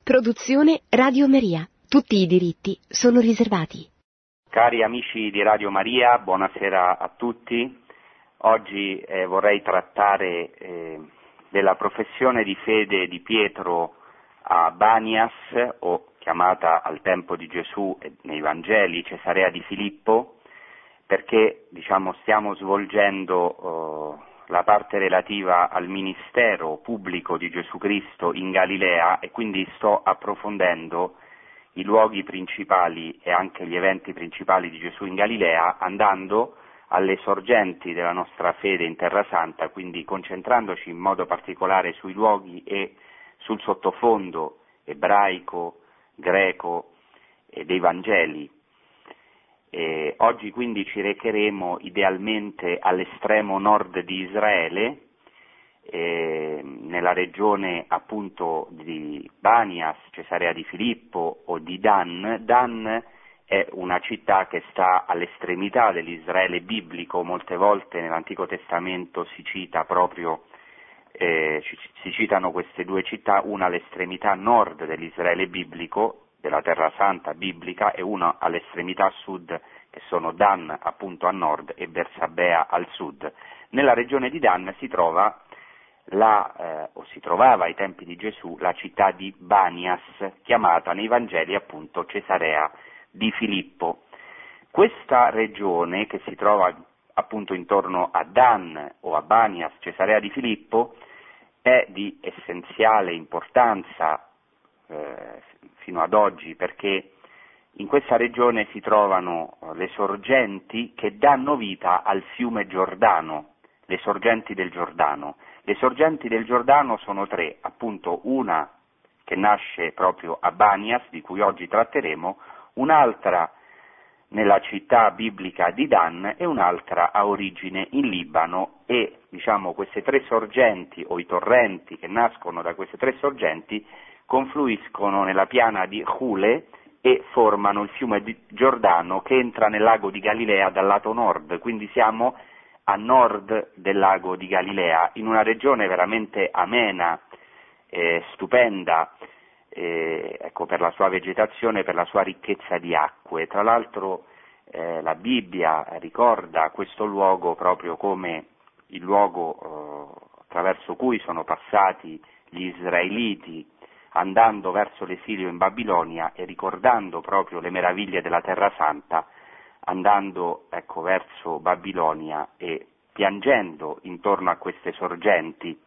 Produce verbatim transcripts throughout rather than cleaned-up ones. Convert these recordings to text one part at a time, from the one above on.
Produzione Radio Maria. Tutti i diritti sono riservati. Cari amici di Radio Maria, buonasera a tutti. Oggi eh, vorrei trattare eh, della professione di fede di Pietro a Banias, o chiamata al tempo di Gesù nei Vangeli Cesarea di Filippo, perché diciamo stiamo svolgendo eh, la parte relativa al ministero pubblico di Gesù Cristo in Galilea e quindi sto approfondendo i luoghi principali e anche gli eventi principali di Gesù in Galilea, andando alle sorgenti della nostra fede in Terra Santa, quindi concentrandoci in modo particolare sui luoghi e sul sottofondo ebraico, greco e dei Vangeli. E oggi quindi ci recheremo idealmente all'estremo nord di Israele, eh, nella regione appunto di Banias, Cesarea di Filippo o di Dan. Dan è una città che sta all'estremità dell'Israele biblico. Molte volte nell'Antico Testamento si cita proprio, eh, si citano queste due città, una all'estremità nord dell'Israele biblico, della Terra Santa biblica, e una all'estremità sud, che sono Dan appunto a nord e Bersabea al sud. Nella regione di Dan si trova la, eh, o si trovava ai tempi di Gesù, la città di Banias, chiamata nei Vangeli appunto Cesarea di Filippo. Questa regione, che si trova appunto intorno a Dan o a Banias, Cesarea di Filippo, è di essenziale importanza eh, fino ad oggi, perché in questa regione si trovano le sorgenti che danno vita al fiume Giordano, le sorgenti del Giordano. Le sorgenti del Giordano sono tre, appunto una che nasce proprio a Banias, di cui oggi tratteremo, un'altra nella città biblica di Dan e un'altra a origine in Libano, e diciamo queste tre sorgenti o i torrenti che nascono da queste tre sorgenti confluiscono nella piana di Hule e formano il fiume di Giordano che entra nel lago di Galilea dal lato nord, quindi siamo a nord del lago di Galilea, in una regione veramente amena, eh, stupenda, eh, ecco, per la sua vegetazione, per la sua ricchezza di acque. Tra l'altro eh, la Bibbia ricorda questo luogo proprio come il luogo eh, attraverso cui sono passati gli israeliti andando verso l'esilio in Babilonia e ricordando proprio le meraviglie della Terra Santa, andando ecco verso Babilonia e piangendo intorno a queste sorgenti,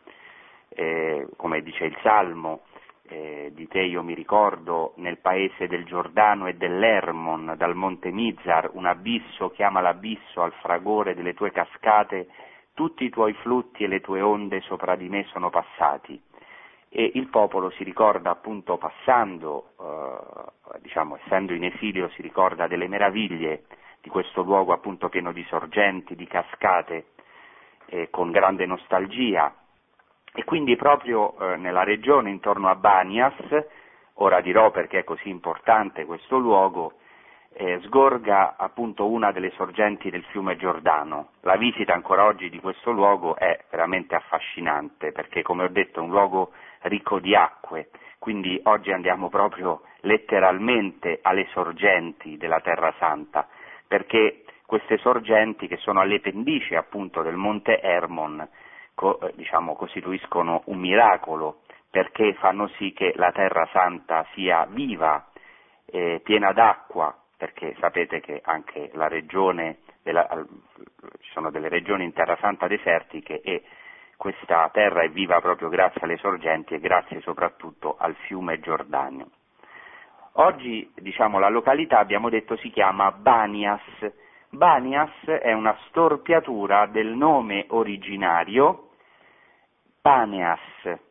eh, come dice il Salmo, eh, di te io mi ricordo nel paese del Giordano e dell'Ermon, dal monte Mizar, un abisso chiama l'abisso al fragore delle tue cascate, tutti i tuoi flutti e le tue onde sopra di me sono passati. E il popolo si ricorda appunto passando, eh, diciamo essendo in esilio, si ricorda delle meraviglie di questo luogo appunto pieno di sorgenti, di cascate, eh, con grande nostalgia. E quindi proprio eh, nella regione intorno a Banias, ora dirò perché è così importante questo luogo, eh, sgorga appunto una delle sorgenti del fiume Giordano. La visita ancora oggi di questo luogo è veramente affascinante, perché come ho detto è un luogo ricco di acque, quindi oggi andiamo proprio letteralmente alle sorgenti della Terra Santa, perché queste sorgenti, che sono alle pendici appunto del monte Hermon, co- diciamo costituiscono un miracolo, perché fanno sì che la Terra Santa sia viva, eh, piena d'acqua, perché sapete che anche la regione, della, ci sono delle regioni in Terra Santa desertiche, e questa terra è viva proprio grazie alle sorgenti e grazie soprattutto al fiume Giordano. Oggi, diciamo, la località, abbiamo detto, si chiama Banias. Banias è una storpiatura del nome originario Paneas,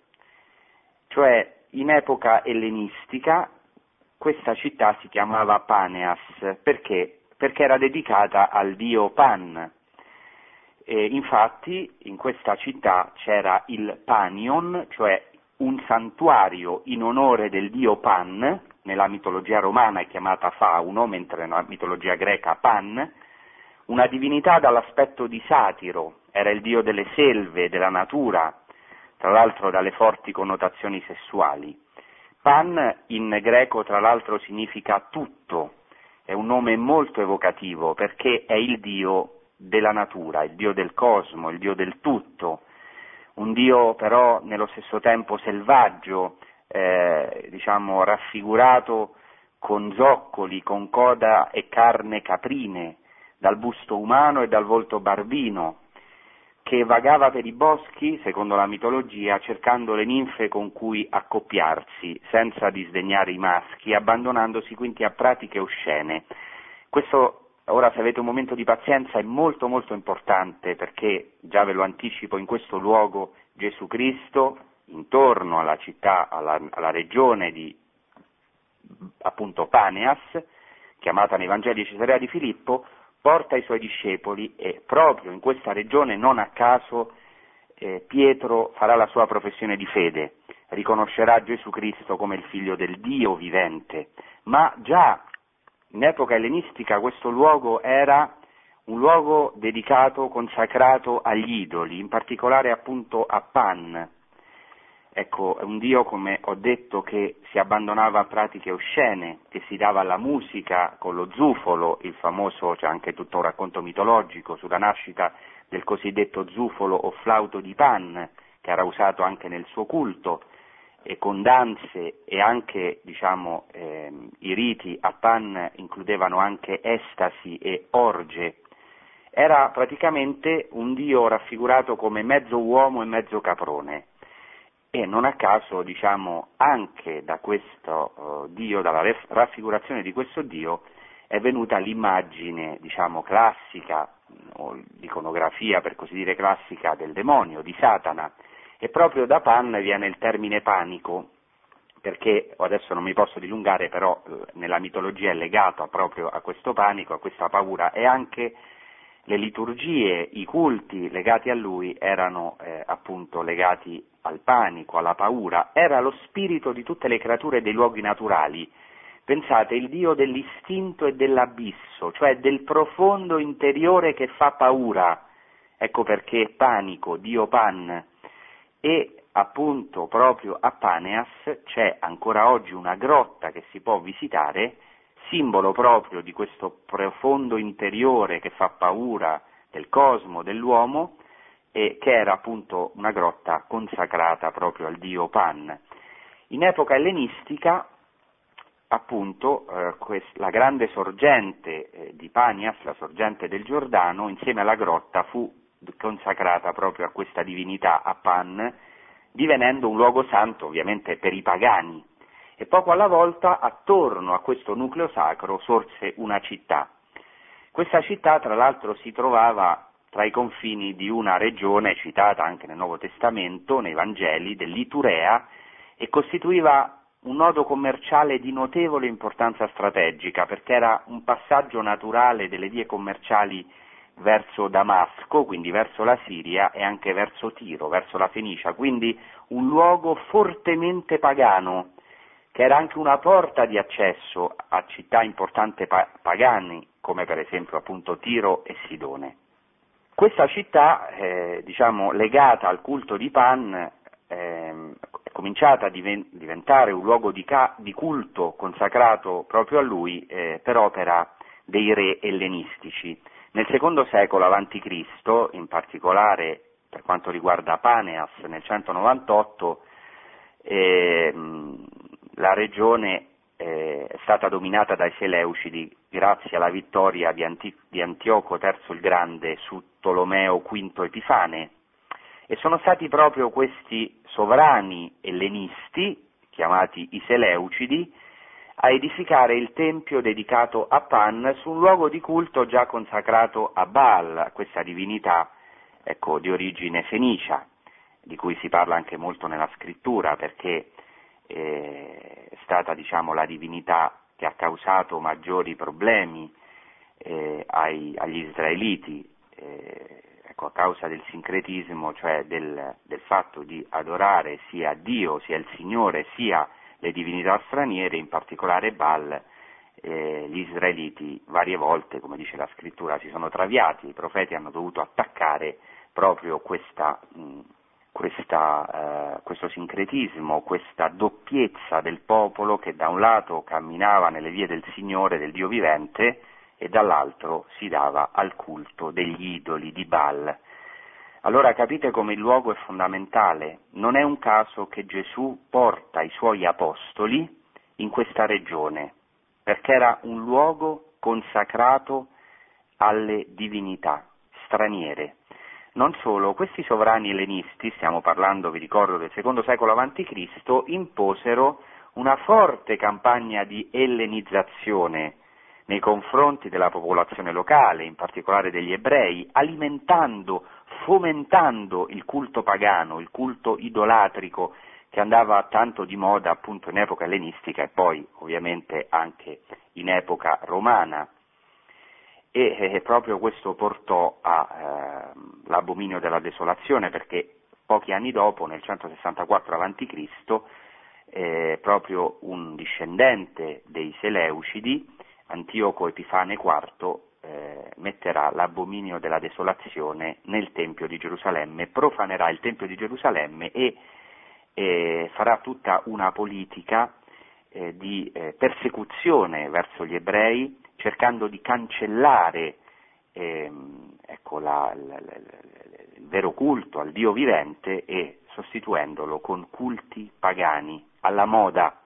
cioè in epoca ellenistica questa città si chiamava Paneas, perché? Perché era dedicata al dio Pan. E infatti in questa città c'era il Panion, cioè un santuario in onore del dio Pan. Nella mitologia romana è chiamata Fauno, mentre nella mitologia greca Pan, una divinità dall'aspetto di satiro, era il dio delle selve, della natura, tra l'altro dalle forti connotazioni sessuali. Pan in greco tra l'altro significa tutto, è un nome molto evocativo perché è il dio della natura, il dio del cosmo, il dio del tutto, un dio però nello stesso tempo selvaggio, eh, diciamo raffigurato con zoccoli, con coda e carne caprine, dal busto umano e dal volto barbino, che vagava per i boschi, secondo la mitologia, cercando le ninfe con cui accoppiarsi, senza disdegnare i maschi, abbandonandosi quindi a pratiche oscene. Questo, ora se avete un momento di pazienza, è molto molto importante, perché, già ve lo anticipo, in questo luogo Gesù Cristo, intorno alla città, alla, alla regione di appunto Paneas, chiamata nei Vangeli Cesarea di Filippo, porta i suoi discepoli e proprio in questa regione, non a caso, eh, Pietro farà la sua professione di fede, riconoscerà Gesù Cristo come il figlio del Dio vivente, ma già in epoca ellenistica questo luogo era un luogo dedicato, consacrato agli idoli, in particolare appunto a Pan. Ecco, è un dio, come ho detto, che si abbandonava a pratiche oscene, che si dava alla musica con lo zufolo, il famoso, c'è anche tutto un racconto mitologico sulla nascita del cosiddetto zufolo o flauto di Pan, che era usato anche nel suo culto, e con danze e anche, diciamo, eh, i riti a Pan includevano anche estasi e orge. Era praticamente un dio raffigurato come mezzo uomo e mezzo caprone. E non a caso, diciamo, anche da questo uh, Dio, dalla raffigurazione di questo Dio, è venuta l'immagine, diciamo, classica, o l'iconografia, per così dire, classica del demonio, di Satana, e proprio da Pan viene il termine panico, perché, adesso non mi posso dilungare, però eh, nella mitologia è legato proprio a questo panico, a questa paura, e anche le liturgie, i culti legati a lui erano eh, appunto legati al panico, alla paura, era lo spirito di tutte le creature dei luoghi naturali. Pensate, il Dio dell'istinto e dell'abisso, cioè del profondo interiore che fa paura, ecco perché panico, Dio Pan, e appunto proprio a Paneas c'è ancora oggi una grotta che si può visitare, simbolo proprio di questo profondo interiore che fa paura del cosmo, dell'uomo, e che era appunto una grotta consacrata proprio al dio Pan. In epoca ellenistica, appunto, eh, quest- la grande sorgente eh, di Panias, la sorgente del Giordano, insieme alla grotta fu consacrata proprio a questa divinità, a Pan, divenendo un luogo santo ovviamente per i pagani. E poco alla volta, attorno a questo nucleo sacro, sorse una città. Questa città, tra l'altro, si trovava tra i confini di una regione citata anche nel Nuovo Testamento, nei Vangeli, dell'Iturea, e costituiva un nodo commerciale di notevole importanza strategica, perché era un passaggio naturale delle vie commerciali verso Damasco, quindi verso la Siria, e anche verso Tiro, verso la Fenicia, quindi un luogo fortemente pagano, che era anche una porta di accesso a città importanti pa- pagani, come per esempio appunto Tiro e Sidone. Questa città, eh, diciamo, legata al culto di Pan, eh, è cominciata a diven- diventare un luogo di, ca- di culto consacrato proprio a lui eh, per opera dei re ellenistici. Nel secondo secolo avanti Cristo, in particolare per quanto riguarda Paneas nel centonovantotto, eh, la regione eh, è stata dominata dai Seleucidi grazie alla vittoria di, Anti- di Antioco terzo il Grande su Tolomeo quinto Epifane, e sono stati proprio questi sovrani ellenisti, chiamati i Seleucidi, a edificare il tempio dedicato a Pan su un luogo di culto già consacrato a Baal, a questa divinità, ecco, di origine fenicia, di cui si parla anche molto nella scrittura, perché eh, è stata, diciamo, la divinità che ha causato maggiori problemi eh, ai, agli israeliti, eh, ecco, a causa del sincretismo, cioè del, del fatto di adorare sia Dio, sia il Signore, sia le divinità straniere, in particolare Baal. Eh, gli israeliti varie volte, come dice la scrittura, si sono traviati, i profeti hanno dovuto attaccare proprio questa, mh, questa, eh, questo sincretismo, questa doppiezza del popolo che da un lato camminava nelle vie del Signore, del Dio vivente, e dall'altro si dava al culto degli idoli di Baal. Allora capite come il luogo è fondamentale. Non è un caso che Gesù porta i suoi apostoli in questa regione, perché era un luogo consacrato alle divinità straniere. Non solo, questi sovrani ellenisti, stiamo parlando, vi ricordo, del secondo secolo avanti Cristo, imposero una forte campagna di ellenizzazione nei confronti della popolazione locale, in particolare degli ebrei, alimentando, fomentando il culto pagano, il culto idolatrico che andava tanto di moda appunto in epoca ellenistica e poi ovviamente anche in epoca romana. E eh, proprio questo portò all'abominio eh, della desolazione, perché pochi anni dopo, nel centosessantaquattro avanti Cristo, eh, proprio un discendente dei Seleucidi, Antioco Epifane quarto, eh, metterà l'abominio della desolazione nel Tempio di Gerusalemme, profanerà il Tempio di Gerusalemme e eh, farà tutta una politica eh, di eh, persecuzione verso gli ebrei, cercando di cancellare ehm, ecco, la, la, la, il vero culto al Dio vivente e sostituendolo con culti pagani alla moda.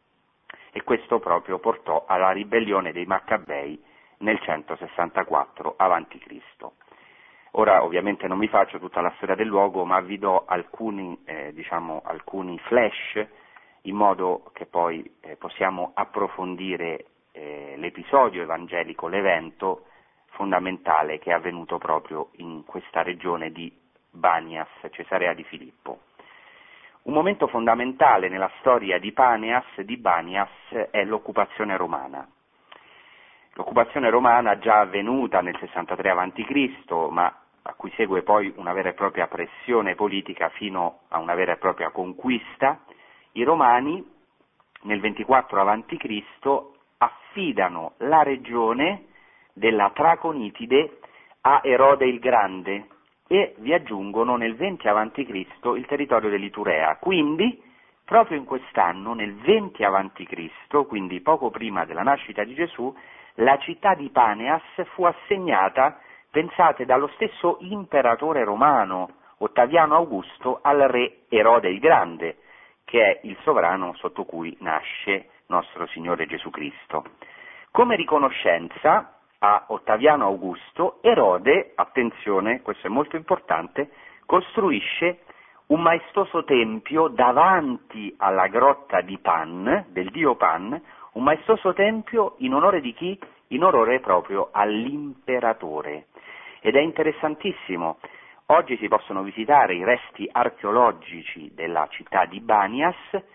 E questo proprio portò alla ribellione dei Maccabei nel centosessantaquattro avanti Cristo. Ora ovviamente non vi faccio tutta la storia del luogo, ma vi do alcuni, eh, diciamo, alcuni flash in modo che poi eh, possiamo approfondire eh, l'episodio evangelico, l'evento fondamentale che è avvenuto proprio in questa regione di Banias, Cesarea di Filippo. Un momento fondamentale nella storia di Paneas, di Banias, è l'occupazione romana. L'occupazione romana già avvenuta nel sessantatré avanti Cristo, ma a cui segue poi una vera e propria pressione politica fino a una vera e propria conquista. I romani nel ventiquattro avanti Cristo affidano la regione della Traconitide a Erode il Grande e vi aggiungono nel venti avanti Cristo il territorio dell'Iturea. Quindi, proprio in quest'anno, nel venti avanti Cristo, quindi poco prima della nascita di Gesù, la città di Paneas fu assegnata, pensate, dallo stesso imperatore romano, Ottaviano Augusto, al re Erode il Grande, che è il sovrano sotto cui nasce nostro Signore Gesù Cristo. Come riconoscenza a Ottaviano Augusto, Erode, attenzione, questo è molto importante, costruisce un maestoso tempio davanti alla grotta di Pan, del dio Pan, un maestoso tempio in onore di chi? In onore proprio all'imperatore. Ed è interessantissimo, oggi si possono visitare i resti archeologici della città di Banias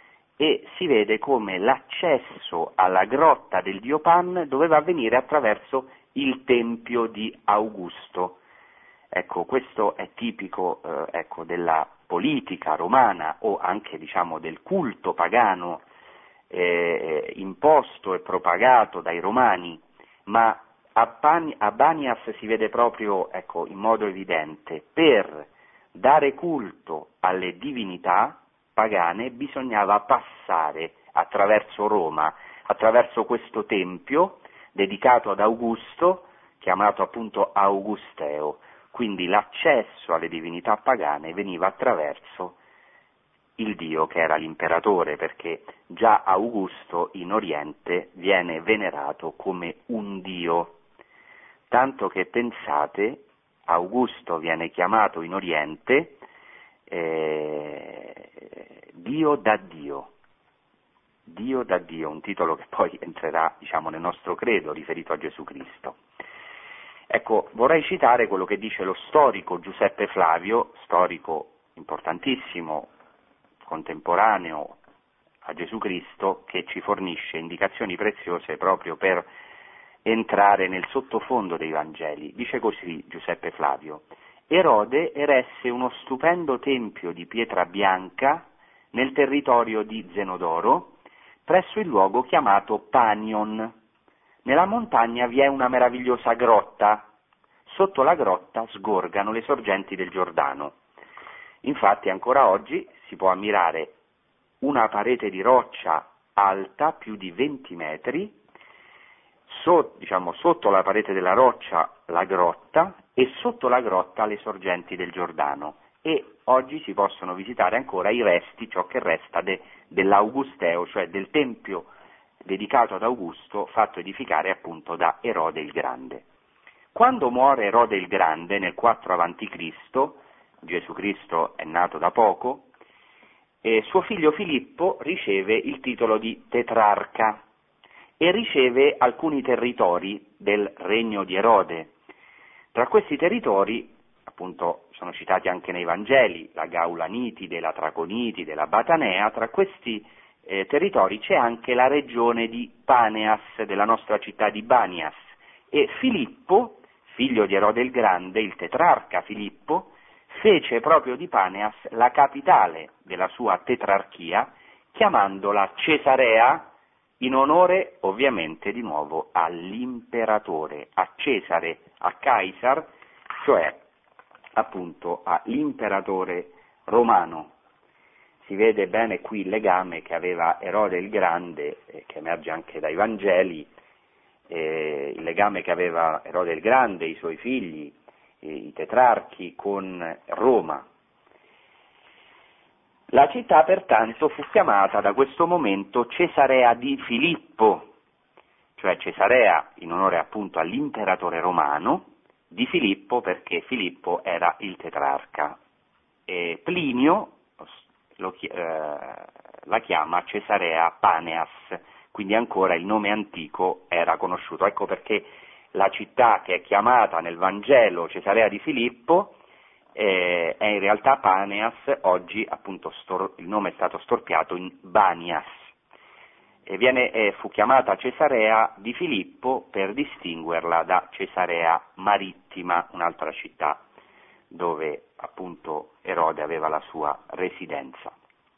e si vede come l'accesso alla grotta del dio Pan doveva avvenire attraverso il tempio di Augusto. Ecco, questo è tipico eh, ecco, della politica romana o anche diciamo del culto pagano eh, imposto e propagato dai romani, ma a, Pan- a Banias si vede proprio ecco, in modo evidente, per dare culto alle divinità pagane bisognava passare attraverso Roma, attraverso questo tempio dedicato ad Augusto, chiamato appunto Augusteo. Quindi l'accesso alle divinità pagane veniva attraverso il dio che era l'imperatore, perché già Augusto in Oriente viene venerato come un dio, tanto che pensate, Augusto viene chiamato in Oriente eh, Dio da Dio, Dio da Dio, un titolo che poi entrerà diciamo nel nostro credo riferito a Gesù Cristo. Ecco, vorrei citare quello che dice lo storico Giuseppe Flavio, storico importantissimo, contemporaneo a Gesù Cristo, che ci fornisce indicazioni preziose proprio per entrare nel sottofondo dei Vangeli. Dice così Giuseppe Flavio: Erode eresse uno stupendo tempio di pietra bianca nel territorio di Zenodoro, presso il luogo chiamato Panion. Nella montagna vi è una meravigliosa grotta, sotto la grotta sgorgano le sorgenti del Giordano. Infatti ancora oggi si può ammirare una parete di roccia alta più di venti metri, so, diciamo, sotto la parete della roccia la grotta e sotto la grotta le sorgenti del Giordano, e oggi si possono visitare ancora i resti, ciò che resta de, dell'Augusteo, cioè del tempio dedicato ad Augusto, fatto edificare appunto da Erode il Grande. Quando muore Erode il Grande nel quattro avanti Cristo, Gesù Cristo è nato da poco, e suo figlio Filippo riceve il titolo di tetrarca e riceve alcuni territori del regno di Erode. Tra questi territori, appunto, sono citati anche nei Vangeli, la Gaulanitide, la Traconitide, la Batanea. Tra questi eh, territori c'è anche la regione di Paneas, della nostra città di Banias, e Filippo, figlio di Erode il Grande, il tetrarca Filippo, fece proprio di Paneas la capitale della sua tetrarchia, chiamandola Cesarea, in onore ovviamente di nuovo all'imperatore, a Cesare, a Caesar, cioè appunto all'imperatore romano. Si vede bene qui il legame che aveva Erode il Grande, eh, che emerge anche dai Vangeli, eh, il legame che aveva Erode il Grande, i suoi figli, eh, i tetrarchi, con Roma. La città pertanto fu chiamata da questo momento Cesarea di Filippo, cioè Cesarea in onore appunto all'imperatore romano, di Filippo perché Filippo era il tetrarca. E Plinio lo, eh, la chiama Cesarea Paneas, quindi ancora il nome antico era conosciuto. Ecco perché la città che è chiamata nel Vangelo Cesarea di Filippo Eh, è in realtà Paneas, oggi appunto stor- il nome è stato storpiato in Banias, e viene, eh, fu chiamata Cesarea di Filippo per distinguerla da Cesarea Marittima, un'altra città dove appunto Erode aveva la sua residenza.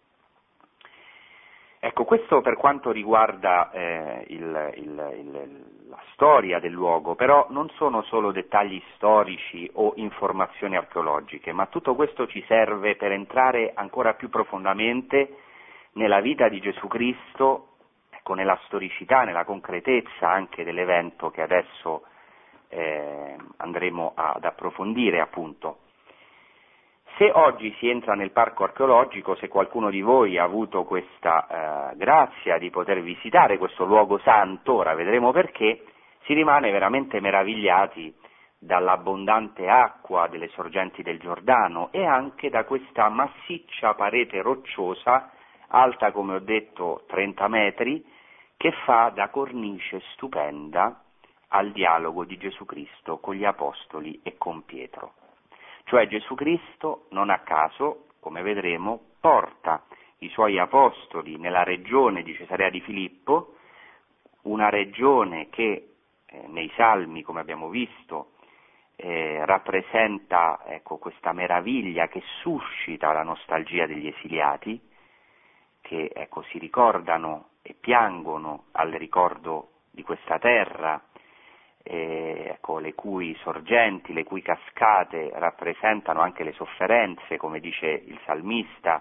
Ecco, questo per quanto riguarda eh, il, il, il, la storia del luogo, però non sono solo dettagli storici o informazioni archeologiche, ma tutto questo ci serve per entrare ancora più profondamente nella vita di Gesù Cristo, ecco, nella storicità, nella concretezza anche dell'evento che adesso eh, andremo ad approfondire appunto. Se oggi si entra nel parco archeologico, se qualcuno di voi ha avuto questa eh, grazia di poter visitare questo luogo santo, ora vedremo perché, si rimane veramente meravigliati dall'abbondante acqua delle sorgenti del Giordano e anche da questa massiccia parete rocciosa, alta come ho detto trenta metri, che fa da cornice stupenda al dialogo di Gesù Cristo con gli Apostoli e con Pietro. Cioè Gesù Cristo, non a caso, come vedremo, porta i suoi apostoli nella regione di Cesarea di Filippo, una regione che eh, nei Salmi, come abbiamo visto, eh, rappresenta ecco, questa meraviglia che suscita la nostalgia degli esiliati, che ecco, si ricordano e piangono al ricordo di questa terra, Eh, ecco, le cui sorgenti, le cui cascate rappresentano anche le sofferenze, come dice il salmista,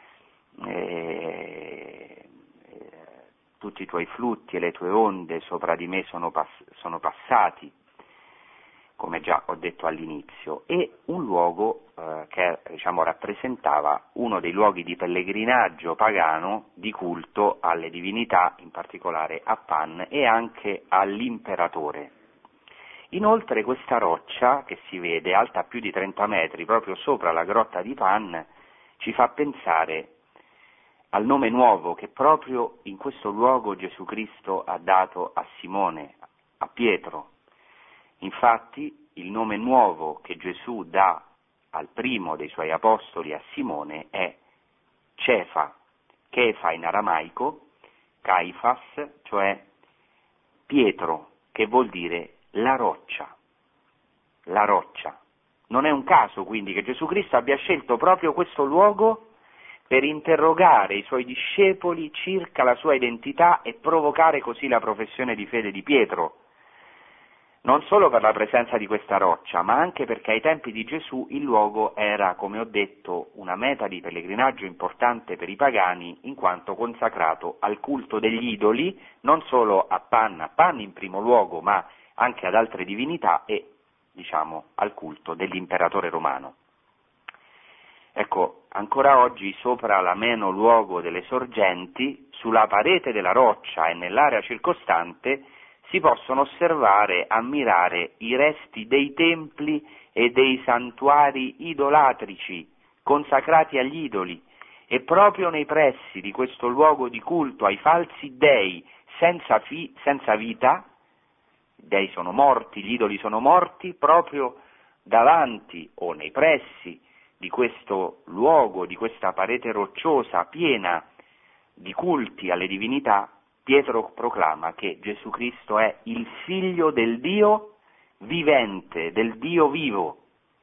eh, eh, tutti i tuoi flutti e le tue onde sopra di me sono, pass- sono passati, come già ho detto all'inizio, e un luogo eh, che diciamo, rappresentava uno dei luoghi di pellegrinaggio pagano di culto alle divinità, in particolare a Pan e anche all'imperatore. Inoltre questa roccia che si vede alta più di trenta metri proprio sopra la grotta di Pan ci fa pensare al nome nuovo che proprio in questo luogo Gesù Cristo ha dato a Simone, a Pietro. Infatti il nome nuovo che Gesù dà al primo dei suoi apostoli, a Simone, è Cefa, Chefa in aramaico, Caifas, cioè Pietro, che vuol dire la roccia, la roccia. Non è un caso quindi che Gesù Cristo abbia scelto proprio questo luogo per interrogare i suoi discepoli circa la sua identità e provocare così la professione di fede di Pietro. non solo per la presenza di questa roccia, ma anche perché ai tempi di Gesù il luogo era, come ho detto, una meta di pellegrinaggio importante per i pagani, in quanto consacrato al culto degli idoli, non solo a Pan, a Pan in primo luogo, ma anche ad altre divinità e, diciamo, al culto dell'imperatore romano. Ecco, ancora oggi sopra l'ameno luogo delle sorgenti, sulla parete della roccia e nell'area circostante, si possono osservare, ammirare i resti dei templi e dei santuari idolatrici, consacrati agli idoli, e proprio nei pressi di questo luogo di culto ai falsi dei senza, fi, senza vita, i dei sono morti, gli idoli sono morti, proprio davanti o nei pressi di questo luogo, di questa parete rocciosa piena di culti alle divinità, Pietro proclama che Gesù Cristo è il figlio del Dio vivente, del Dio vivo.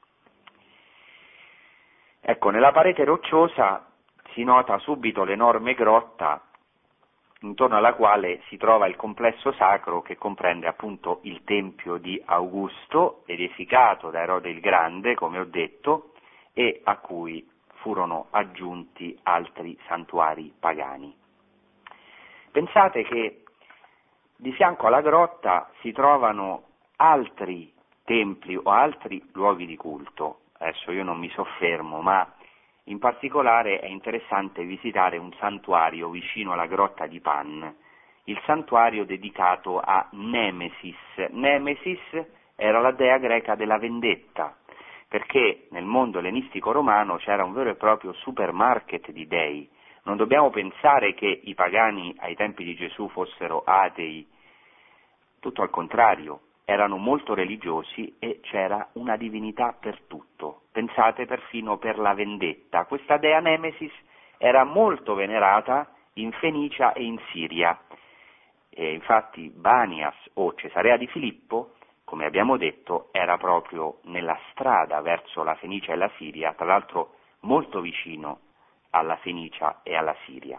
Ecco, nella parete rocciosa si nota subito l'enorme grotta intorno alla quale si trova il complesso sacro che comprende appunto il Tempio di Augusto, edificato da Erode il Grande, come ho detto, e a cui furono aggiunti altri santuari pagani. Pensate che di fianco alla grotta si trovano altri templi o altri luoghi di culto. Adesso io non mi soffermo, ma in particolare è interessante visitare un santuario vicino alla grotta di Pan, il santuario dedicato a Nemesis. Nemesis era la dea greca della vendetta, perché nel mondo ellenistico romano c'era un vero e proprio supermarket di dei. Non dobbiamo pensare che i pagani ai tempi di Gesù fossero atei, tutto al contrario, erano molto religiosi e c'era una divinità per tutto. Pensate perfino per la vendetta. Questa dea Nemesis era molto venerata in Fenicia e in Siria. E infatti Banias o Cesarea di Filippo, come abbiamo detto, era proprio nella strada verso la Fenicia e la Siria, tra l'altro molto vicino alla Fenicia e alla Siria.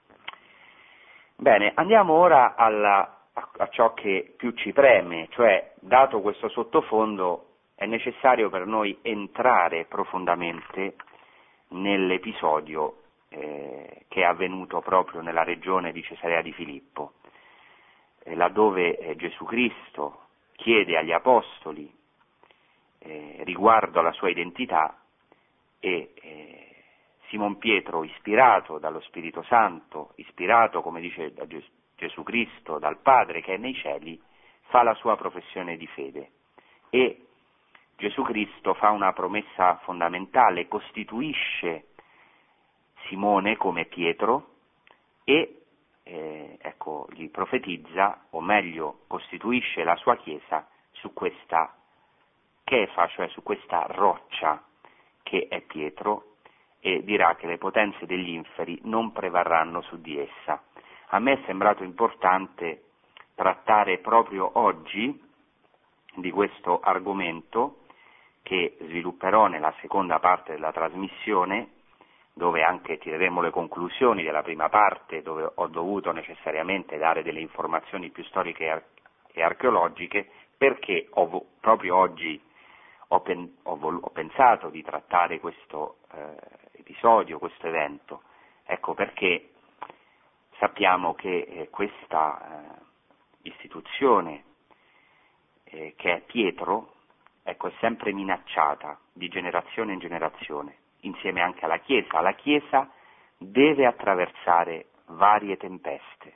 Bene, andiamo ora alla, a, a ciò che più ci preme, cioè, dato questo sottofondo, è necessario per noi entrare profondamente nell'episodio eh, che è avvenuto proprio nella regione di Cesarea di Filippo, eh, laddove eh, Gesù Cristo chiede agli apostoli eh, riguardo alla sua identità e eh, Simon Pietro, ispirato dallo Spirito Santo, ispirato, come dice da Gesù Cristo, dal Padre che è nei cieli, fa la sua professione di fede. E Gesù Cristo fa una promessa fondamentale, costituisce Simone come Pietro e eh, ecco, gli profetizza, o meglio, costituisce la sua Chiesa su questa chefa, cioè su questa roccia che è Pietro, e dirà che le potenze degli inferi non prevarranno su di essa. A me è sembrato importante trattare proprio oggi di questo argomento che svilupperò nella seconda parte della trasmissione, dove anche tireremo le conclusioni della prima parte, dove ho dovuto necessariamente dare delle informazioni più storiche e, ar- e archeologiche, perché ho, proprio oggi ho, pen- ho, vol- ho pensato di trattare questo eh, episodio, questo evento. Ecco perché sappiamo che eh, questa eh, istituzione eh, che è Pietro, ecco, è sempre minacciata di generazione in generazione, insieme anche alla Chiesa. La Chiesa deve attraversare varie tempeste,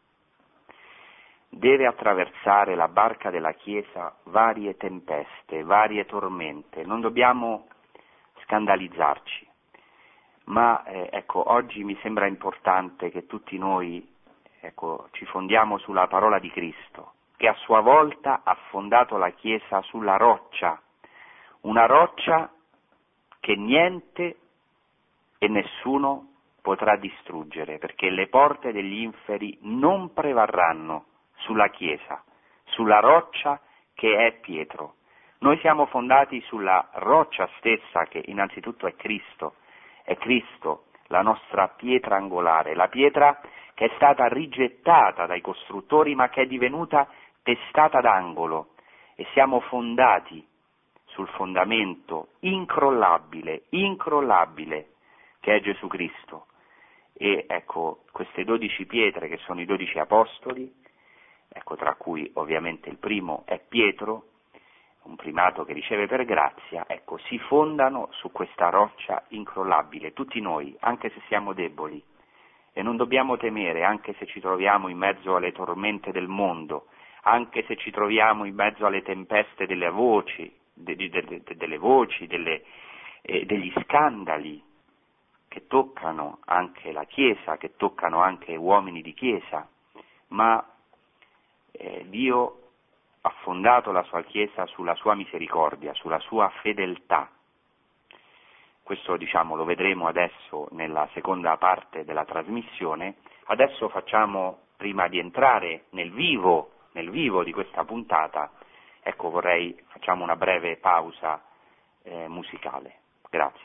deve attraversare la barca della Chiesa varie tempeste, varie tormente. Non dobbiamo scandalizzarci. Ma eh, ecco, oggi mi sembra importante che tutti noi ecco, ci fondiamo sulla parola di Cristo, che a sua volta ha fondato la Chiesa sulla roccia, una roccia che niente e nessuno potrà distruggere, perché le porte degli inferi non prevarranno sulla Chiesa, sulla roccia che è Pietro. Noi siamo fondati sulla roccia stessa, che innanzitutto è Cristo. È Cristo, la nostra pietra angolare, la pietra che è stata rigettata dai costruttori ma che è divenuta testata d'angolo, e siamo fondati sul fondamento incrollabile, incrollabile che è Gesù Cristo. E ecco, queste dodici pietre che sono i dodici apostoli, ecco, tra cui ovviamente il primo è Pietro, un primato che riceve per grazia, ecco, si fondano su questa roccia incrollabile, tutti noi, anche se siamo deboli, e non dobbiamo temere, anche se ci troviamo in mezzo alle tormente del mondo, anche se ci troviamo in mezzo alle tempeste delle voci, de, de, de, de, delle voci, delle, eh, degli scandali che toccano anche la Chiesa, che toccano anche uomini di Chiesa, ma eh, Dio ha fondato la sua Chiesa sulla sua misericordia, sulla sua fedeltà. Questo, diciamo, lo vedremo adesso nella seconda parte della trasmissione. Adesso facciamo, prima di entrare nel vivo, nel vivo di questa puntata, ecco, vorrei, facciamo una breve pausa eh, musicale. Grazie.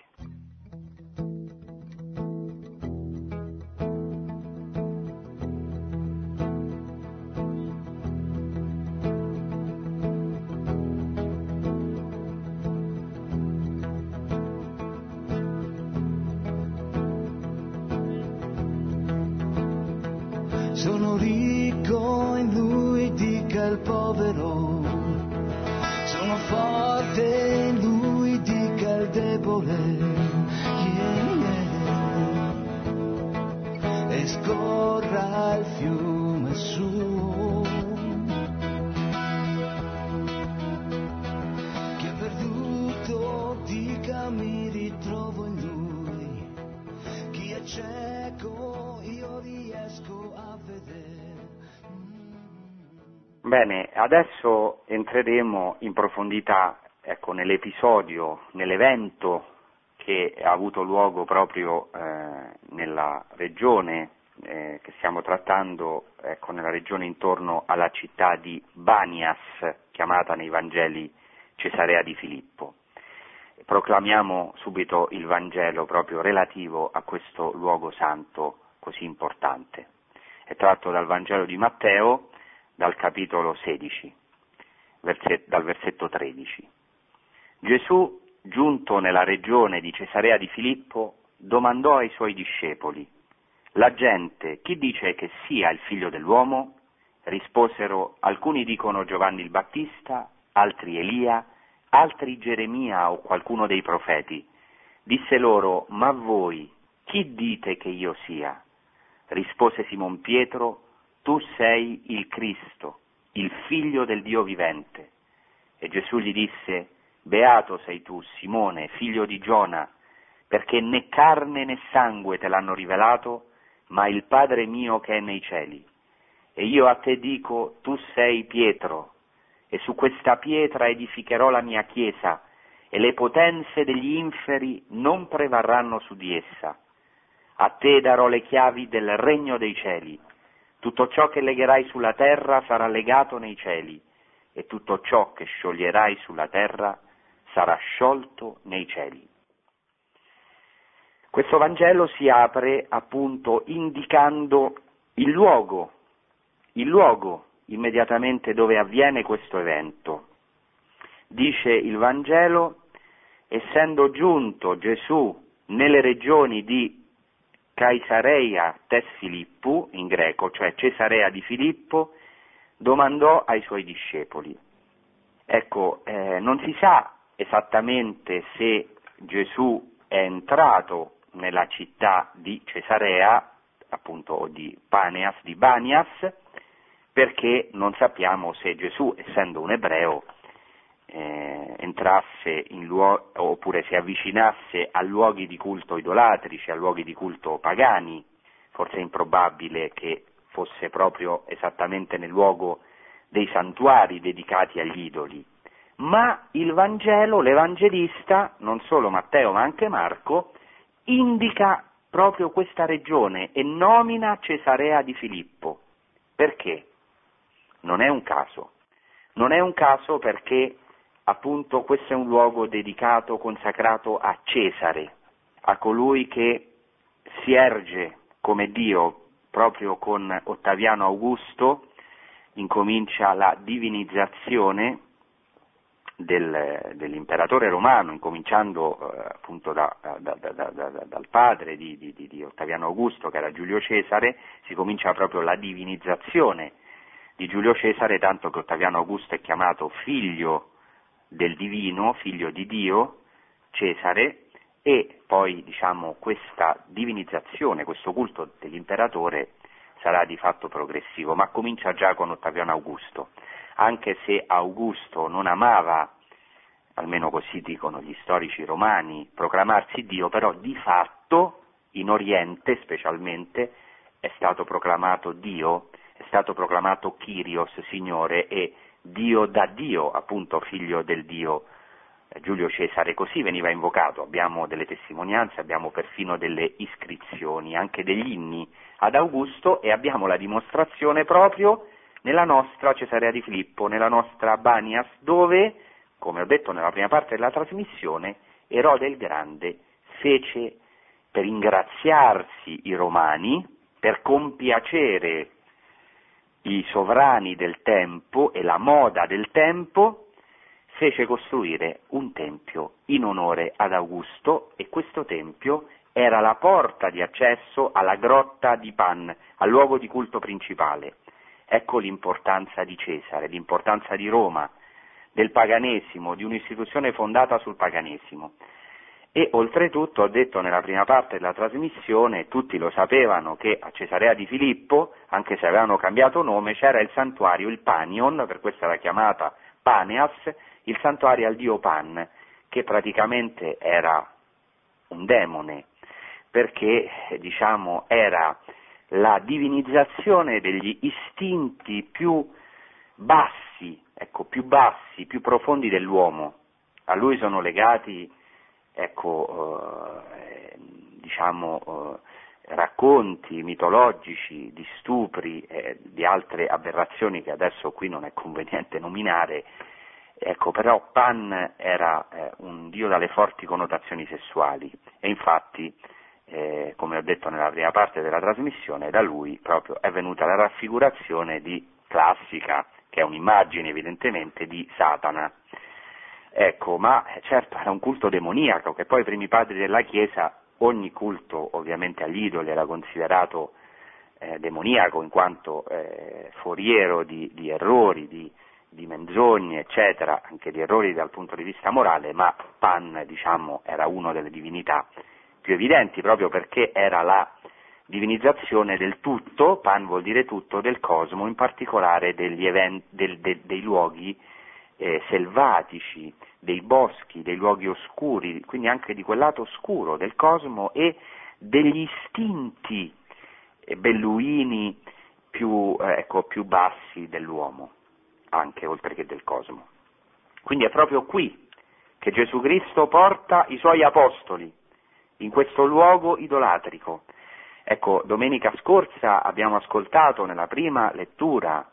Sono ricco in lui, dica il povero, sono forte in lui, dica il debole, yeah, yeah. E scorra il fiume su, chi è perduto, dica mi ritrovo in lui, chi è cieco io riesco a vedere. Bene, adesso entreremo in profondità, ecco, nell'episodio, nell'evento che ha avuto luogo proprio eh, nella regione eh, che stiamo trattando, ecco, nella regione intorno alla città di Banias, chiamata nei Vangeli Cesarea di Filippo. Proclamiamo subito il Vangelo proprio relativo a questo luogo santo così importante. È tratto dal Vangelo di Matteo, dal capitolo sedici, verset, dal versetto tredici. Gesù, giunto nella regione di Cesarea di Filippo, domandò ai suoi discepoli: «La gente chi dice che sia il figlio dell'uomo?» Risposero: «Alcuni dicono Giovanni il Battista, altri Elia, altri Geremia o qualcuno dei profeti». Disse loro: «Ma voi chi dite che io sia?» Rispose Simon Pietro: «Tu sei il Cristo, il Figlio del Dio vivente». E Gesù gli disse: «Beato sei tu, Simone, figlio di Giona, perché né carne né sangue te l'hanno rivelato, ma il Padre mio che è nei cieli. E io a te dico, tu sei Pietro, e su questa pietra edificherò la mia chiesa, e le potenze degli inferi non prevarranno su di essa. A te darò le chiavi del regno dei cieli. Tutto ciò che legherai sulla terra sarà legato nei cieli, e tutto ciò che scioglierai sulla terra sarà sciolto nei cieli». Questo Vangelo si apre appunto indicando il luogo, il luogo immediatamente dove avviene questo evento. Dice il Vangelo: essendo giunto Gesù nelle regioni di Caesarea tes Filippo, in greco, cioè Cesarea di Filippo, domandò ai suoi discepoli. Ecco, eh, non si sa esattamente se Gesù è entrato nella città di Cesarea, appunto, o di Paneas, di Banias, perché non sappiamo se Gesù, essendo un ebreo, eh, entrasse in luoghi, oppure si avvicinasse a luoghi di culto idolatrici, a luoghi di culto pagani. Forse è improbabile che fosse proprio esattamente nel luogo dei santuari dedicati agli idoli. Ma il Vangelo, l'Evangelista, non solo Matteo ma anche Marco, indica proprio questa regione e nomina Cesarea di Filippo. Perché? Non è un caso. Non è un caso perché appunto questo è un luogo dedicato, consacrato a Cesare, a colui che si erge come Dio. Proprio con Ottaviano Augusto incomincia la divinizzazione del, dell'imperatore romano, incominciando eh, appunto da, da, da, da, da, dal padre di, di, di Ottaviano Augusto, che era Giulio Cesare, si comincia proprio la divinizzazione di Giulio Cesare, tanto che Ottaviano Augusto è chiamato figlio del divino, figlio di Dio, Cesare, e poi diciamo questa divinizzazione, questo culto dell'imperatore sarà di fatto progressivo, ma comincia già con Ottaviano Augusto, anche se Augusto non amava, almeno così dicono gli storici romani, proclamarsi Dio, però di fatto in Oriente specialmente è stato proclamato Dio, è stato proclamato Kyrios, Signore, e Dio da Dio, appunto figlio del Dio Giulio Cesare, così veniva invocato. Abbiamo delle testimonianze, abbiamo perfino delle iscrizioni, anche degli inni ad Augusto, e abbiamo la dimostrazione proprio nella nostra Cesarea di Filippo, nella nostra Banias, dove, come ho detto nella prima parte della trasmissione, Erode il Grande fece per ingraziarsi i romani, per compiacere i sovrani del tempo e la moda del tempo, fece costruire un tempio in onore ad Augusto, e questo tempio era la porta di accesso alla grotta di Pan, al luogo di culto principale. Ecco l'importanza di Cesare, l'importanza di Roma, del paganesimo, di un'istituzione fondata sul paganesimo. E oltretutto, ho detto nella prima parte della trasmissione, tutti lo sapevano che a Cesarea di Filippo, anche se avevano cambiato nome, c'era il santuario, il Panion, per questo era chiamata Paneas, il santuario al dio Pan, che praticamente era un demone, perché diciamo era la divinizzazione degli istinti più bassi, ecco, più bassi, più profondi dell'uomo. A lui sono legati ecco, eh, diciamo, eh, racconti mitologici di stupri e eh, di altre aberrazioni che adesso qui non è conveniente nominare, ecco, però Pan era eh, un dio dalle forti connotazioni sessuali, e infatti, eh, come ho detto nella prima parte della trasmissione, da lui proprio è venuta la raffigurazione di classica, che è un'immagine evidentemente di Satana. Ecco, ma certo era un culto demoniaco, che poi i primi padri della Chiesa, ogni culto ovviamente agli idoli era considerato eh, demoniaco, in quanto eh, foriero di, di errori, di, di menzogne, eccetera, anche di errori dal punto di vista morale, ma Pan, diciamo, era una delle divinità più evidenti, proprio perché era la divinizzazione del tutto, Pan vuol dire tutto, del cosmo, in particolare degli eventi, del, de, dei luoghi Eh, selvatici, dei boschi, dei luoghi oscuri, quindi anche di quel lato oscuro del cosmo e degli istinti eh, belluini più, eh, ecco, più bassi dell'uomo, anche oltre che del cosmo. Quindi è proprio qui che Gesù Cristo porta i suoi apostoli, in questo luogo idolatrico. Ecco, domenica scorsa abbiamo ascoltato nella prima lettura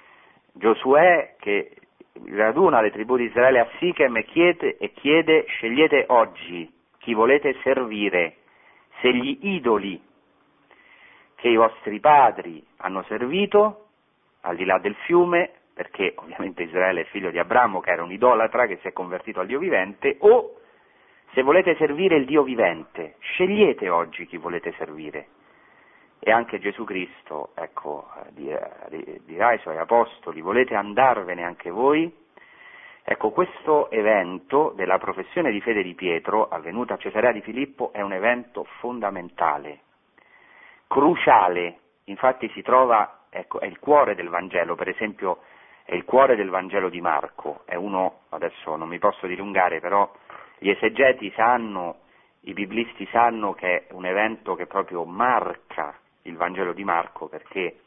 Giosuè che raduna le tribù di Israele a Sichem e chiede, e chiede: scegliete oggi chi volete servire, se gli idoli che i vostri padri hanno servito al di là del fiume, perché ovviamente Israele è figlio di Abramo che era un idolatra che si è convertito al Dio vivente, o se volete servire il Dio vivente. Scegliete oggi chi volete servire. E anche Gesù Cristo, ecco, dirà ai suoi apostoli: volete andarvene anche voi? Ecco, questo evento della professione di fede di Pietro, avvenuta a Cesarea di Filippo, è un evento fondamentale, cruciale, infatti si trova, ecco, è il cuore del Vangelo, per esempio è il cuore del Vangelo di Marco, è uno, adesso non mi posso dilungare, però gli esegeti sanno, i biblisti sanno che è un evento che proprio marca il Vangelo di Marco, perché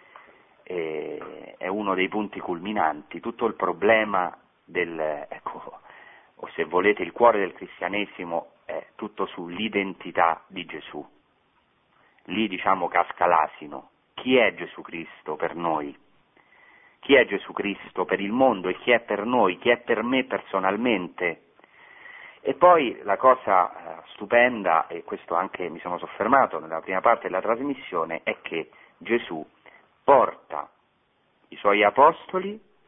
eh, è uno dei punti culminanti. Tutto il problema del, ecco, o se volete il cuore del cristianesimo è tutto sull'identità di Gesù. Lì diciamo casca l'asino. Chi è Gesù Cristo per noi? Chi è Gesù Cristo per il mondo e chi è per noi? Chi è per me personalmente? E poi la cosa eh, stupenda, e questo anche mi sono soffermato nella prima parte della trasmissione, è che Gesù porta i suoi apostoli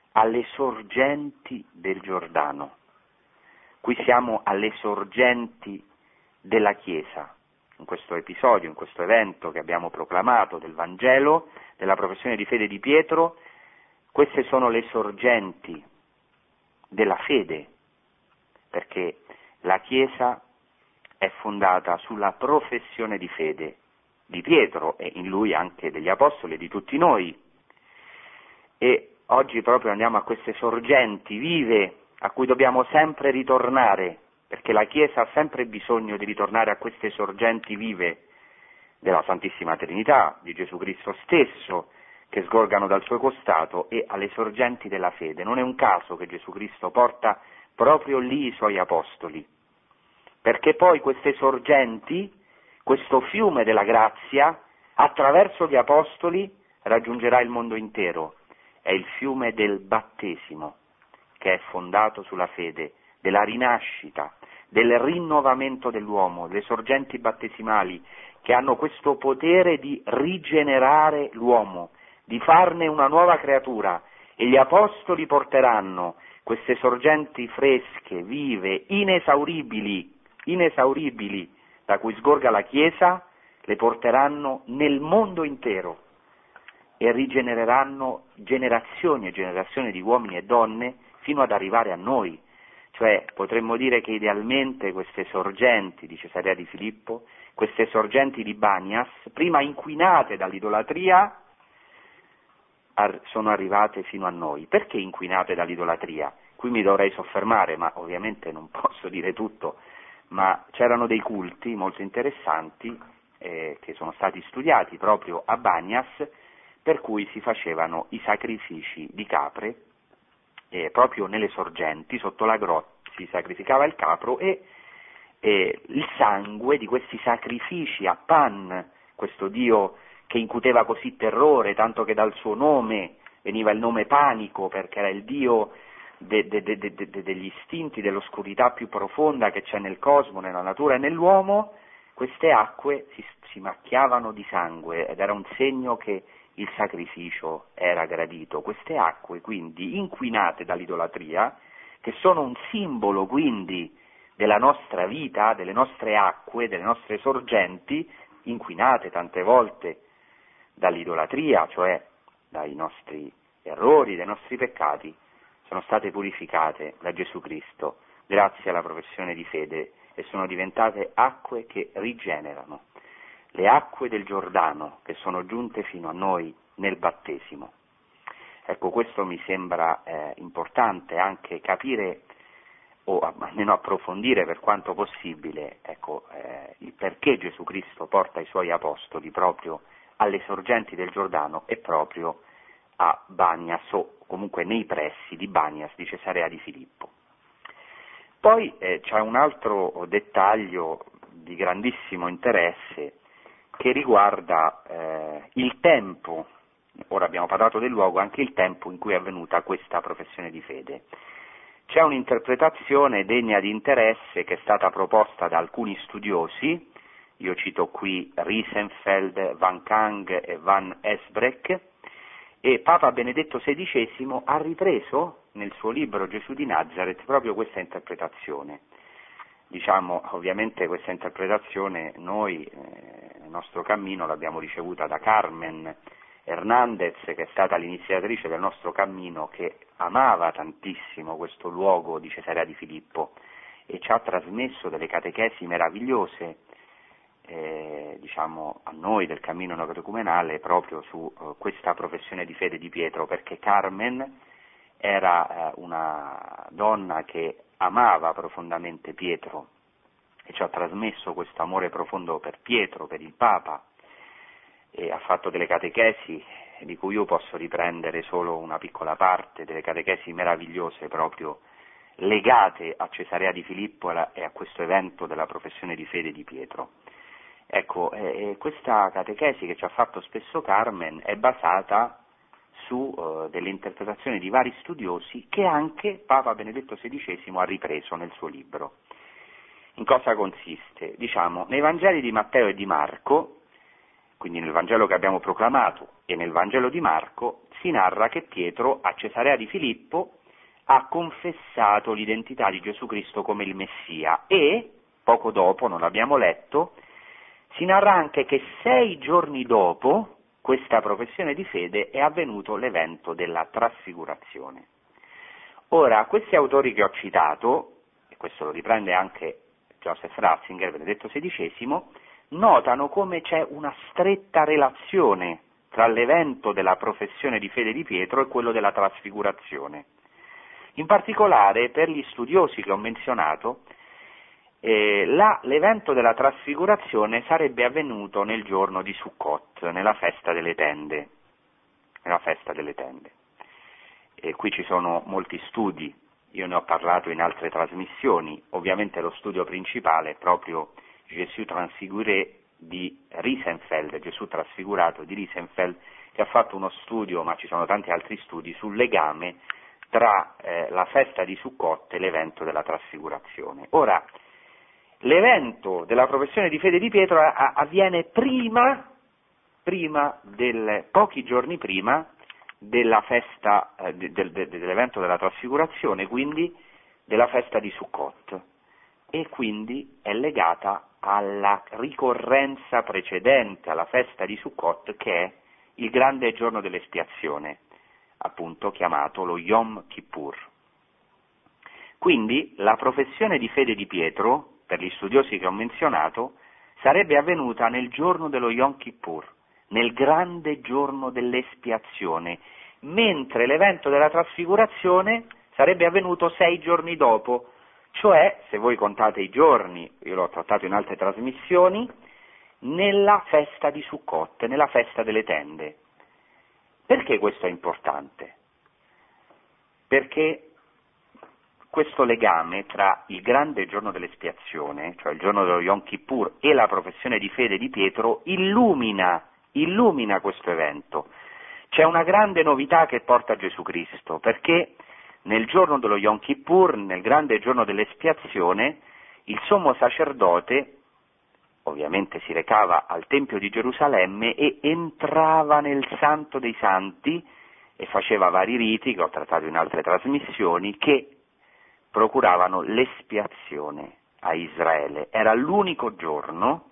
alle sorgenti del Giordano. Qui siamo alle sorgenti della Chiesa, in questo episodio, in questo evento che abbiamo proclamato del Vangelo, della professione di fede di Pietro. Queste sono le sorgenti della fede, perché la Chiesa è fondata sulla professione di fede di Pietro e in lui anche degli Apostoli e di tutti noi. E oggi proprio andiamo a queste sorgenti vive a cui dobbiamo sempre ritornare, perché la Chiesa ha sempre bisogno di ritornare a queste sorgenti vive della Santissima Trinità, di Gesù Cristo stesso, che sgorgano dal suo costato, e alle sorgenti della fede. Non è un caso che Gesù Cristo porta proprio lì i suoi apostoli, perché poi queste sorgenti, questo fiume della grazia, attraverso gli apostoli raggiungerà il mondo intero. È il fiume del battesimo, che è fondato sulla fede, della rinascita, del rinnovamento dell'uomo, le sorgenti battesimali che hanno questo potere di rigenerare l'uomo, di farne una nuova creatura, e gli apostoli porteranno queste sorgenti fresche, vive, inesauribili, inesauribili, da cui sgorga la Chiesa, le porteranno nel mondo intero e rigenereranno generazioni e generazioni di uomini e donne fino ad arrivare a noi. Cioè potremmo dire che idealmente queste sorgenti di Cesarea di Filippo, queste sorgenti di Banias, prima inquinate dall'idolatria, sono arrivate fino a noi. Perché inquinate dall'idolatria? Qui mi dovrei soffermare, ma ovviamente non posso dire tutto, ma c'erano dei culti molto interessanti eh, che sono stati studiati proprio a Banias, per cui si facevano i sacrifici di capre eh, proprio nelle sorgenti, sotto la grotta si sacrificava il capro e eh, il sangue di questi sacrifici a Pan, questo dio che incuteva così terrore, tanto che dal suo nome veniva il nome Panico, perché era il dio de, de, de, de, de, degli istinti, dell'oscurità più profonda che c'è nel cosmo, nella natura e nell'uomo. Queste acque si, si macchiavano di sangue ed era un segno che il sacrificio era gradito. Queste acque quindi inquinate dall'idolatria, che sono un simbolo quindi della nostra vita, delle nostre acque, delle nostre sorgenti, inquinate tante volte dall'idolatria, cioè dai nostri errori, dai nostri peccati, sono state purificate da Gesù Cristo grazie alla professione di fede e sono diventate acque che rigenerano, le acque del Giordano che sono giunte fino a noi nel battesimo. Ecco, questo mi sembra eh, importante anche capire o almeno approfondire per quanto possibile, ecco, eh, il perché Gesù Cristo porta i suoi apostoli proprio alle sorgenti del Giordano e proprio a Banias, o comunque nei pressi di Banias di Cesarea di Filippo. Poi eh, c'è un altro dettaglio di grandissimo interesse che riguarda eh, il tempo. Ora abbiamo parlato del luogo, anche il tempo in cui è avvenuta questa professione di fede. C'è un'interpretazione degna di interesse che è stata proposta da alcuni studiosi, io cito qui Riesenfeld, Van Kang e Van Esbrecht, e Papa Benedetto sedicesimo ha ripreso nel suo libro Gesù di Nazareth proprio questa interpretazione. Diciamo, ovviamente questa interpretazione noi, eh, nel nostro cammino, l'abbiamo ricevuta da Carmen Hernandez, che è stata l'iniziatrice del nostro cammino, che amava tantissimo questo luogo di Cesarea di Filippo e ci ha trasmesso delle catechesi meravigliose, eh, diciamo a noi del cammino neocatecumenale, proprio su eh, questa professione di fede di Pietro, perché Carmen era eh, una donna che amava profondamente Pietro e ci ha trasmesso questo amore profondo per Pietro, per il Papa, e ha fatto delle catechesi di cui io posso riprendere solo una piccola parte, delle catechesi meravigliose proprio legate a Cesarea di Filippo e a questo evento della professione di fede di Pietro. Ecco, eh, questa catechesi che ci ha fatto spesso Carmen è basata su uh, delle interpretazioni di vari studiosi che anche Papa Benedetto sedicesimo ha ripreso nel suo libro. In cosa consiste? Diciamo, nei Vangeli di Matteo e di Marco quindi nel Vangelo che abbiamo proclamato e nel Vangelo di Marco, si narra che Pietro a Cesarea di Filippo ha confessato l'identità di Gesù Cristo come il Messia e, poco dopo, non l'abbiamo letto, si narra anche che sei giorni dopo questa professione di fede è avvenuto l'evento della trasfigurazione. Ora, questi autori che ho citato, e questo lo riprende anche Joseph Ratzinger, Benedetto sedicesimo, notano come c'è una stretta relazione tra l'evento della professione di fede di Pietro e quello della trasfigurazione. In particolare, per gli studiosi che ho menzionato, eh, la, l'evento della trasfigurazione sarebbe avvenuto nel giorno di Sukkot, nella festa delle tende. Nella festa delle tende. E qui ci sono molti studi, io ne ho parlato in altre trasmissioni, ovviamente lo studio principale è proprio Gesù transfiguré di Riesenfeld, Gesù trasfigurato di Riesenfeld, che ha fatto uno studio, ma ci sono tanti altri studi, sul legame tra eh, la festa di Sukkot e l'evento della trasfigurazione. Ora, l'evento della professione di fede di Pietro a, a, avviene prima, prima del, pochi giorni prima della festa, eh, del, del, dell'evento della trasfigurazione, quindi della festa di Sukkot, e quindi è legata alla ricorrenza precedente alla festa di Sukkot, che è il grande giorno dell'espiazione, appunto chiamato lo Yom Kippur. Quindi la professione di fede di Pietro, per gli studiosi che ho menzionato, sarebbe avvenuta nel giorno dello Yom Kippur, nel grande giorno dell'espiazione, mentre l'evento della trasfigurazione sarebbe avvenuto sei giorni dopo, cioè, se voi contate i giorni, io l'ho trattato in altre trasmissioni, nella festa di Sukkot, nella festa delle tende. Perché questo è importante? Perché questo legame tra il grande giorno dell'espiazione, cioè il giorno dello Yom Kippur, e la professione di fede di Pietro illumina, illumina questo evento. C'è una grande novità che porta Gesù Cristo, perché nel giorno dello Yom Kippur, nel grande giorno dell'espiazione, il sommo sacerdote ovviamente si recava al Tempio di Gerusalemme e entrava nel Santo dei Santi e faceva vari riti, che ho trattato in altre trasmissioni, che procuravano l'espiazione a Israele. Era l'unico giorno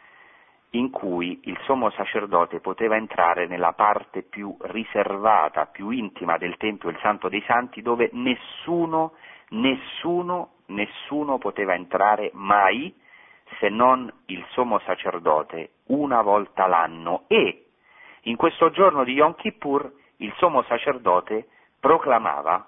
in cui il sommo sacerdote poteva entrare nella parte più riservata, più intima del Tempio, il Santo dei Santi, dove nessuno, nessuno, nessuno poteva entrare mai, se non il sommo sacerdote, una volta l'anno. E in questo giorno di Yom Kippur il sommo sacerdote proclamava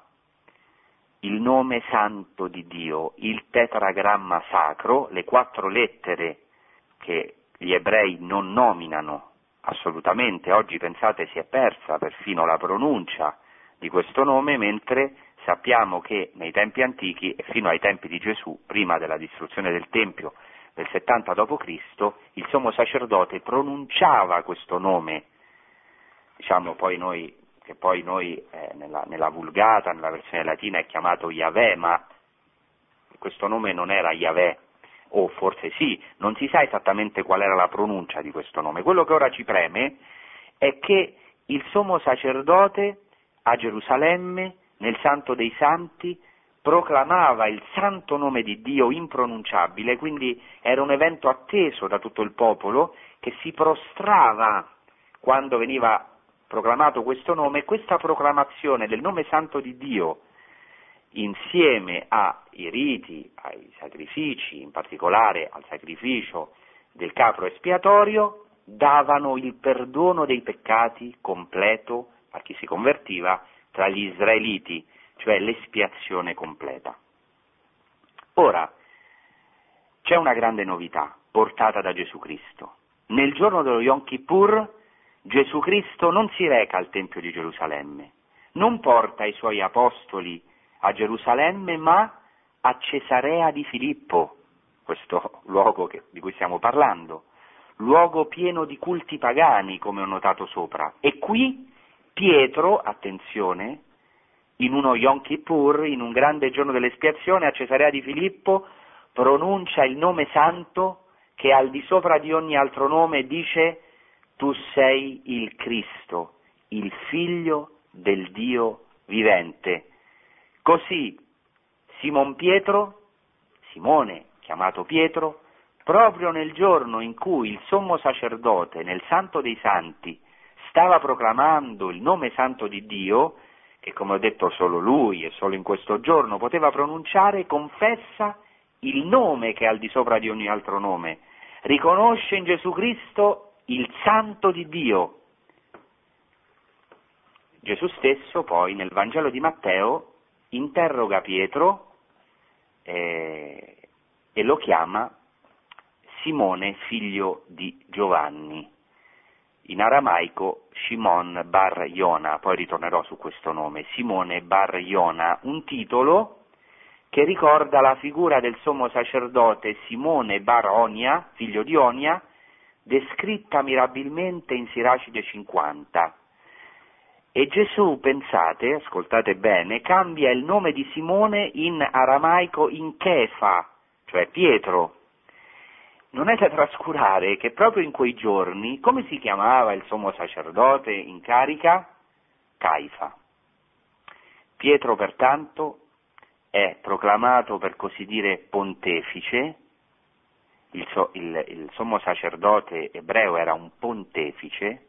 il nome santo di Dio, il tetragramma sacro, le quattro lettere che gli ebrei non nominano assolutamente. Oggi, pensate, si è persa perfino la pronuncia di questo nome, mentre sappiamo che nei tempi antichi e fino ai tempi di Gesù, prima della distruzione del Tempio del settanta dopo Cristo, il sommo sacerdote pronunciava questo nome, diciamo poi noi, che poi noi eh, nella, nella Vulgata, nella versione latina è chiamato Yahweh, ma questo nome non era Yahweh, o forse sì, non si sa esattamente qual era la pronuncia di questo nome. Quello che ora ci preme è che il sommo sacerdote a Gerusalemme, nel Santo dei Santi, proclamava il santo nome di Dio impronunciabile, quindi era un evento atteso da tutto il popolo che si prostrava quando veniva proclamato questo nome, e questa proclamazione del nome santo di Dio, insieme ai riti, ai sacrifici, in particolare al sacrificio del capro espiatorio, davano il perdono dei peccati completo a chi si convertiva tra gli israeliti, cioè l'espiazione completa. Ora, c'è una grande novità portata da Gesù Cristo. Nel giorno dello Yom Kippur Gesù Cristo non si reca al Tempio di Gerusalemme, non porta i suoi apostoli a Gerusalemme, ma a Cesarea di Filippo, questo luogo che, di cui stiamo parlando, luogo pieno di culti pagani, come ho notato sopra. E qui Pietro, attenzione, in uno Yom Kippur, in un grande giorno dell'espiazione, a Cesarea di Filippo, pronuncia il nome santo che al di sopra di ogni altro nome dice: tu sei il Cristo, il Figlio del Dio vivente. Così Simon Pietro, Simone, chiamato Pietro, proprio nel giorno in cui il sommo sacerdote nel Santo dei Santi stava proclamando il nome santo di Dio, che come ho detto solo lui e solo in questo giorno poteva pronunciare, confessa il nome che è al di sopra di ogni altro nome, riconosce in Gesù Cristo il Santo di Dio. Gesù stesso poi nel Vangelo di Matteo interroga Pietro eh, e lo chiama Simone, figlio di Giovanni, in aramaico Shimon bar Yona, poi ritornerò su questo nome, Simone bar Yona, un titolo che ricorda la figura del sommo sacerdote Simone bar Onia, figlio di Onia, descritta mirabilmente in Siracide cinquanta. E Gesù, pensate, ascoltate bene, cambia il nome di Simone in aramaico in Kefa, cioè Pietro. Non è da trascurare che proprio in quei giorni, come si chiamava il sommo sacerdote in carica? Caifa. Pietro, pertanto, è proclamato, per così dire, pontefice. Il, so, il, il sommo sacerdote ebreo era un pontefice,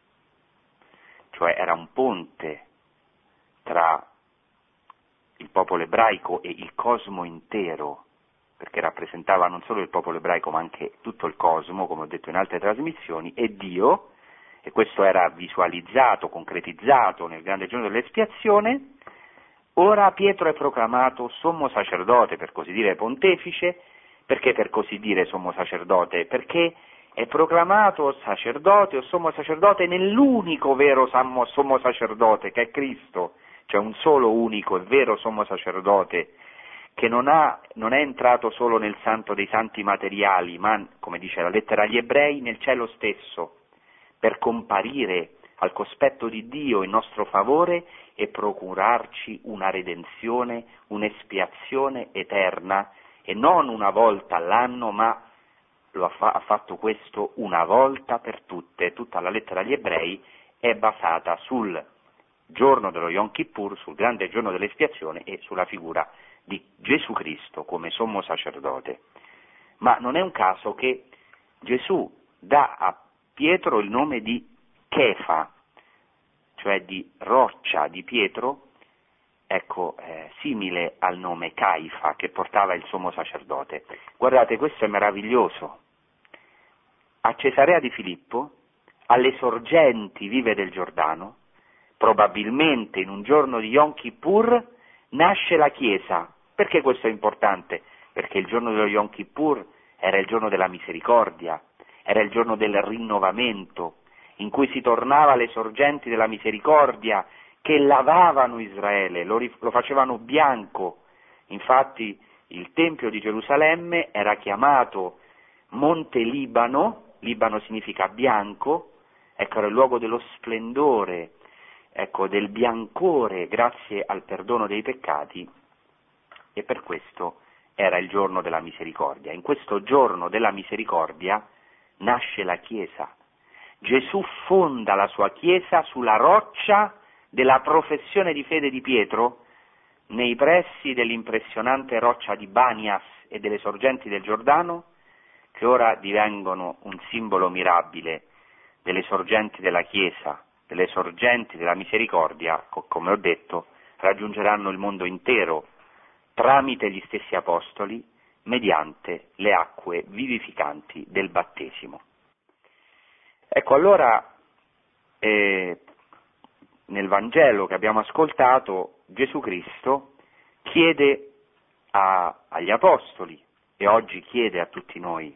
cioè era un ponte tra il popolo ebraico e il cosmo intero, perché rappresentava non solo il popolo ebraico ma anche tutto il cosmo, come ho detto in altre trasmissioni, e Dio, e questo era visualizzato, concretizzato nel grande giorno dell'espiazione. Ora Pietro è proclamato sommo sacerdote, per così dire pontefice. Perché per così dire sommo sacerdote? Perché è proclamato sacerdote o sommo sacerdote nell'unico vero sommo sacerdote, che è Cristo, cioè un solo unico e vero sommo sacerdote, che non, ha, non è entrato solo nel santo dei santi materiali, ma, come dice la lettera agli ebrei, nel cielo stesso, per comparire al cospetto di Dio in nostro favore e procurarci una redenzione, un'espiazione eterna, e non una volta all'anno, ma lo ha, fa- ha fatto questo una volta per tutte. Tutta la lettera agli ebrei è basata sul giorno dello Yom Kippur, sul grande giorno dell'espiazione e sulla figura di Gesù Cristo come sommo sacerdote. Ma non è un caso che Gesù dà a Pietro il nome di Kefa, cioè di roccia di Pietro, ecco, eh, simile al nome Caifa che portava il sommo sacerdote. Guardate, questo è meraviglioso. A Cesarea di Filippo, alle sorgenti vive del Giordano, probabilmente in un giorno di Yom Kippur, nasce la Chiesa. Perché questo è importante? Perché il giorno dello Yom Kippur era il giorno della misericordia, era il giorno del rinnovamento, in cui si tornava alle sorgenti della misericordia che lavavano Israele, lo, lo facevano bianco. Infatti il Tempio di Gerusalemme era chiamato Monte Libano, Libano significa bianco, ecco, era il luogo dello splendore, ecco, del biancore grazie al perdono dei peccati, e per questo era il giorno della misericordia. In questo giorno della misericordia nasce la Chiesa. Gesù fonda la sua Chiesa sulla roccia della professione di fede di Pietro, nei pressi dell'impressionante roccia di Banias e delle sorgenti del Giordano, che ora divengono un simbolo mirabile delle sorgenti della Chiesa, delle sorgenti della misericordia, come ho detto, raggiungeranno il mondo intero tramite gli stessi apostoli, mediante le acque vivificanti del battesimo. Ecco, allora, eh, nel Vangelo che abbiamo ascoltato, Gesù Cristo chiede a, agli apostoli, e oggi chiede a tutti noi,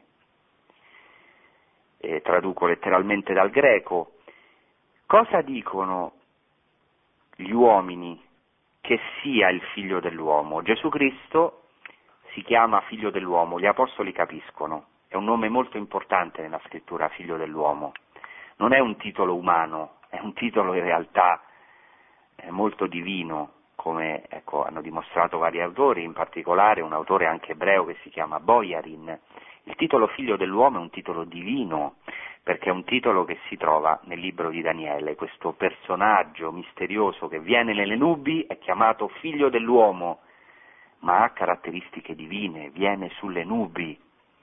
eh, traduco letteralmente dal greco, cosa dicono gli uomini che sia il figlio dell'uomo? Gesù Cristo si chiama figlio dell'uomo, gli apostoli capiscono, è un nome molto importante nella scrittura, figlio dell'uomo, non è un titolo umano, è un titolo in realtà molto divino, come ecco, hanno dimostrato vari autori, in particolare un autore anche ebreo che si chiama Boyarin. Il titolo Figlio dell'uomo è un titolo divino, perché è un titolo che si trova nel libro di Daniele. Questo personaggio misterioso che viene nelle nubi è chiamato Figlio dell'uomo, ma ha caratteristiche divine, viene sulle nubi.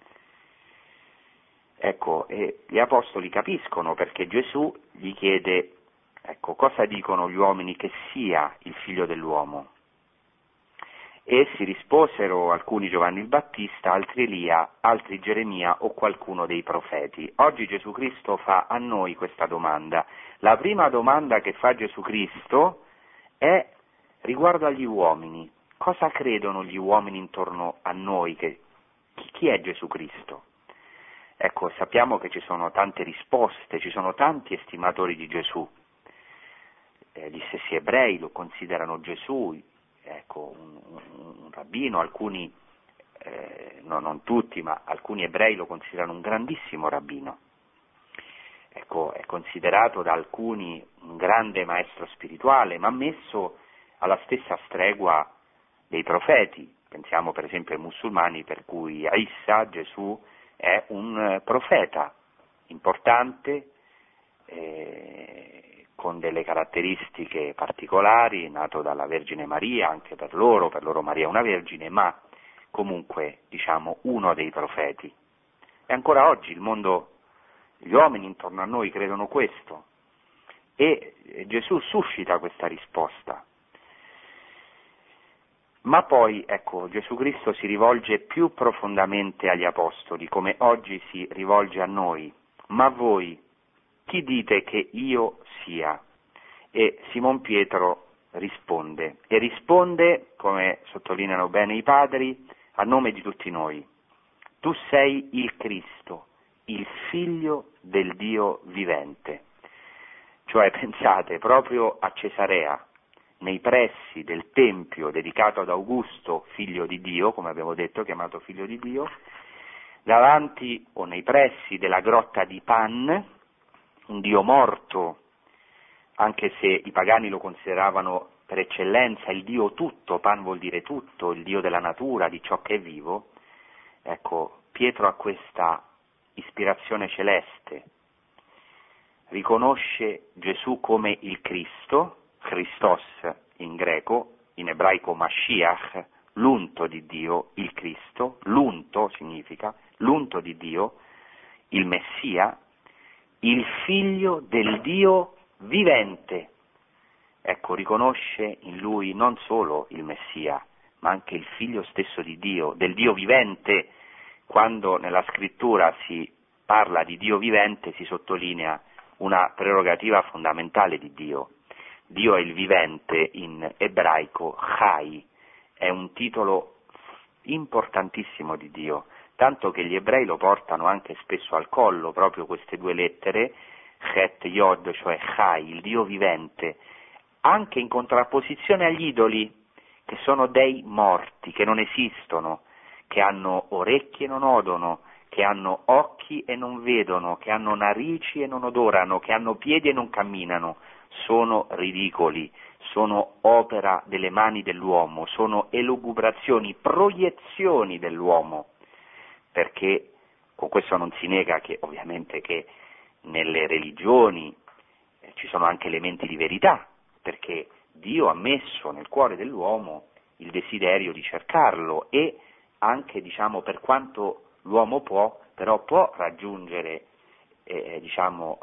Ecco, e gli apostoli capiscono perché Gesù gli chiede, ecco, cosa dicono gli uomini che sia il Figlio dell'uomo? E si risposero alcuni Giovanni il Battista, altri Elia, altri Geremia o qualcuno dei profeti. Oggi Gesù Cristo fa a noi questa domanda. La prima domanda che fa Gesù Cristo è riguardo agli uomini. Cosa credono gli uomini intorno a noi? Che, chi è Gesù Cristo? Ecco, sappiamo che ci sono tante risposte, ci sono tanti estimatori di Gesù. Eh, gli stessi ebrei lo considerano Gesù, ecco, un, un, un rabbino, alcuni, eh, no, non tutti, ma alcuni ebrei lo considerano un grandissimo rabbino. Ecco, è considerato da alcuni un grande maestro spirituale, ma messo alla stessa stregua dei profeti. Pensiamo per esempio ai musulmani, per cui Isa, Gesù, è un profeta importante, eh, con delle caratteristiche particolari, nato dalla Vergine Maria, anche per loro, per loro Maria è una vergine, ma comunque diciamo uno dei profeti. E ancora oggi il mondo, gli uomini intorno a noi credono questo, e Gesù suscita questa risposta. Ma poi, ecco, Gesù Cristo si rivolge più profondamente agli apostoli, come oggi si rivolge a noi. Ma voi, chi dite che io sia? E Simon Pietro risponde, e risponde, come sottolineano bene i padri, a nome di tutti noi. Tu sei il Cristo, il Figlio del Dio vivente. Cioè, pensate, proprio a Cesarea, nei pressi del Tempio dedicato ad Augusto, figlio di Dio, come abbiamo detto, chiamato figlio di Dio, davanti o nei pressi della grotta di Pan, un Dio morto, anche se i pagani lo consideravano per eccellenza il Dio tutto, Pan vuol dire tutto, il Dio della natura, di ciò che è vivo, ecco, Pietro ha questa ispirazione celeste, riconosce Gesù come il Cristo, Christos in greco, in ebraico Mashiach, l'unto di Dio, il Cristo, l'unto significa l'unto di Dio, il Messia, il figlio del Dio vivente. Ecco, riconosce in lui non solo il Messia, ma anche il figlio stesso di Dio, del Dio vivente. Quando nella scrittura si parla di Dio vivente si sottolinea una prerogativa fondamentale di Dio. Dio è il vivente, in ebraico Chai, è un titolo importantissimo di Dio, tanto che gli ebrei lo portano anche spesso al collo, proprio queste due lettere, Chet Yod, cioè Chai, il Dio vivente, anche in contrapposizione agli idoli, che sono dei morti, che non esistono, che hanno orecchie e non odono, che hanno occhi e non vedono, che hanno narici e non odorano, che hanno piedi e non camminano. Sono ridicoli, sono opera delle mani dell'uomo, sono elucubrazioni, proiezioni dell'uomo, perché con questo non si nega che ovviamente che nelle religioni eh, ci sono anche elementi di verità, perché Dio ha messo nel cuore dell'uomo il desiderio di cercarlo e anche, diciamo, per quanto l'uomo può, però può raggiungere, eh, diciamo,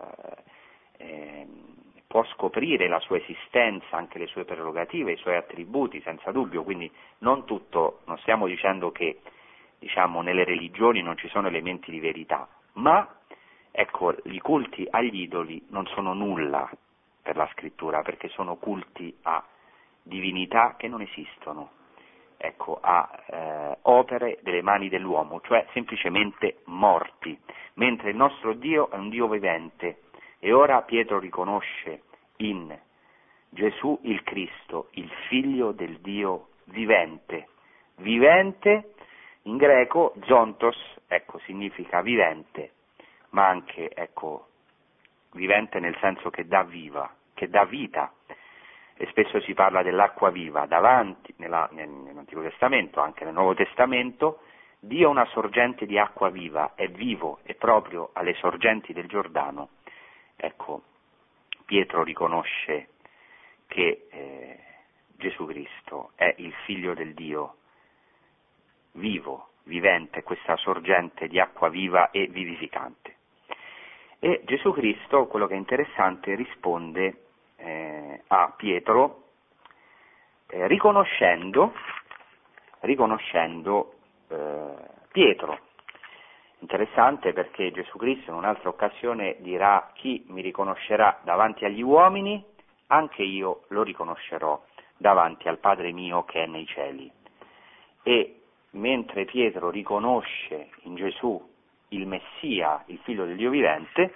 eh, eh, può scoprire la sua esistenza, anche le sue prerogative, i suoi attributi, senza dubbio, quindi non tutto, non stiamo dicendo che, diciamo, nelle religioni non ci sono elementi di verità, ma, ecco, i culti agli idoli non sono nulla per la scrittura, perché sono culti a divinità che non esistono, ecco, a eh, opere delle mani dell'uomo, cioè semplicemente morti, mentre il nostro Dio è un Dio vivente. E ora Pietro riconosce in Gesù il Cristo, il figlio del Dio vivente. Vivente in greco, zontos, ecco, significa vivente, ma anche, ecco, vivente nel senso che dà viva, che dà vita. e spesso si parla dell'acqua viva, davanti, nella, nel, nell'Antico Testamento, anche nel Nuovo Testamento, Dio è una sorgente di acqua viva, è vivo, e proprio alle sorgenti del Giordano, ecco, Pietro riconosce che eh, Gesù Cristo è il Figlio del Dio vivo, vivente, questa sorgente di acqua viva e vivificante. E Gesù Cristo, quello che è interessante, risponde eh, a Pietro eh, riconoscendo, riconoscendo eh, Pietro. Interessante perché Gesù Cristo in un'altra occasione dirà: chi mi riconoscerà davanti agli uomini, anche io lo riconoscerò davanti al Padre mio che è nei cieli. E mentre Pietro riconosce in Gesù il Messia, il Figlio del Dio vivente,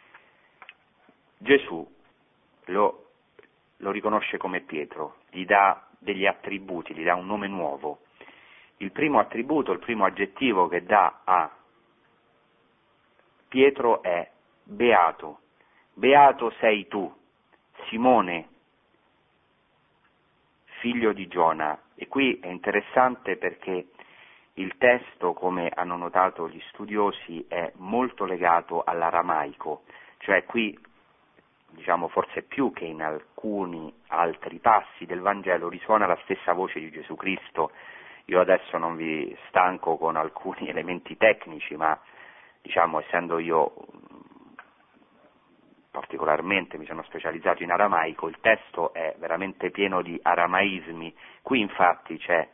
Gesù lo, lo riconosce come Pietro, gli dà degli attributi, gli dà un nome nuovo. Il primo attributo, il primo aggettivo che dà a Pietro è beato. Beato sei tu, Simone, figlio di Giona. E qui è interessante perché il testo, come hanno notato gli studiosi, è molto legato all'aramaico, cioè qui, diciamo forse più che in alcuni altri passi del Vangelo, risuona la stessa voce di Gesù Cristo. Io adesso non vi stanco con alcuni elementi tecnici, ma diciamo, essendo io particolarmente mi sono specializzato in aramaico, il testo è veramente pieno di aramaismi. Qui infatti c'è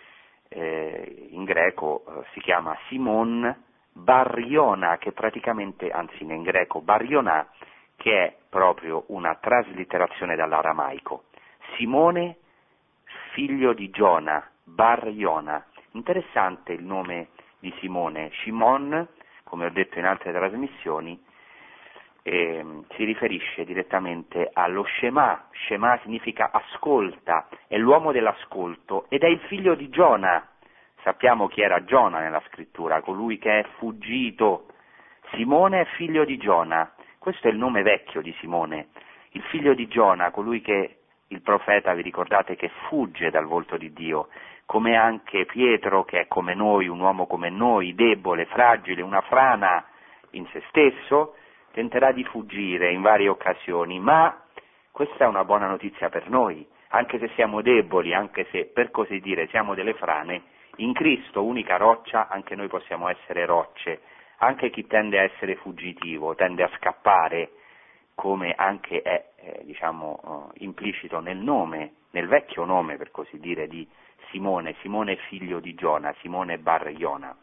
eh, in greco eh, si chiama Simon Barriona, che praticamente, anzi in greco Barriona, che è proprio una traslitterazione dall'aramaico. Simone, figlio di Giona, Barriona. Interessante il nome di Simone. Shimon, come ho detto in altre trasmissioni, eh, si riferisce direttamente allo Shema. Shema significa ascolta, è l'uomo dell'ascolto ed è il figlio di Giona. Sappiamo chi era Giona nella scrittura, colui che è fuggito. Simone è figlio di Giona, questo è il nome vecchio di Simone, il figlio di Giona, colui che il profeta, vi ricordate, che fugge dal volto di Dio, come anche Pietro, che è come noi, un uomo come noi, debole, fragile, una frana in se stesso, tenterà di fuggire in varie occasioni, ma questa è una buona notizia per noi, anche se siamo deboli, anche se per così dire siamo delle frane, in Cristo, unica roccia, anche noi possiamo essere rocce. Anche chi tende a essere fuggitivo, tende a scappare, come anche è eh, diciamo eh, implicito nel nome, nel vecchio nome per così dire di Simone, Simone figlio di Giona, Simone Bar Iona.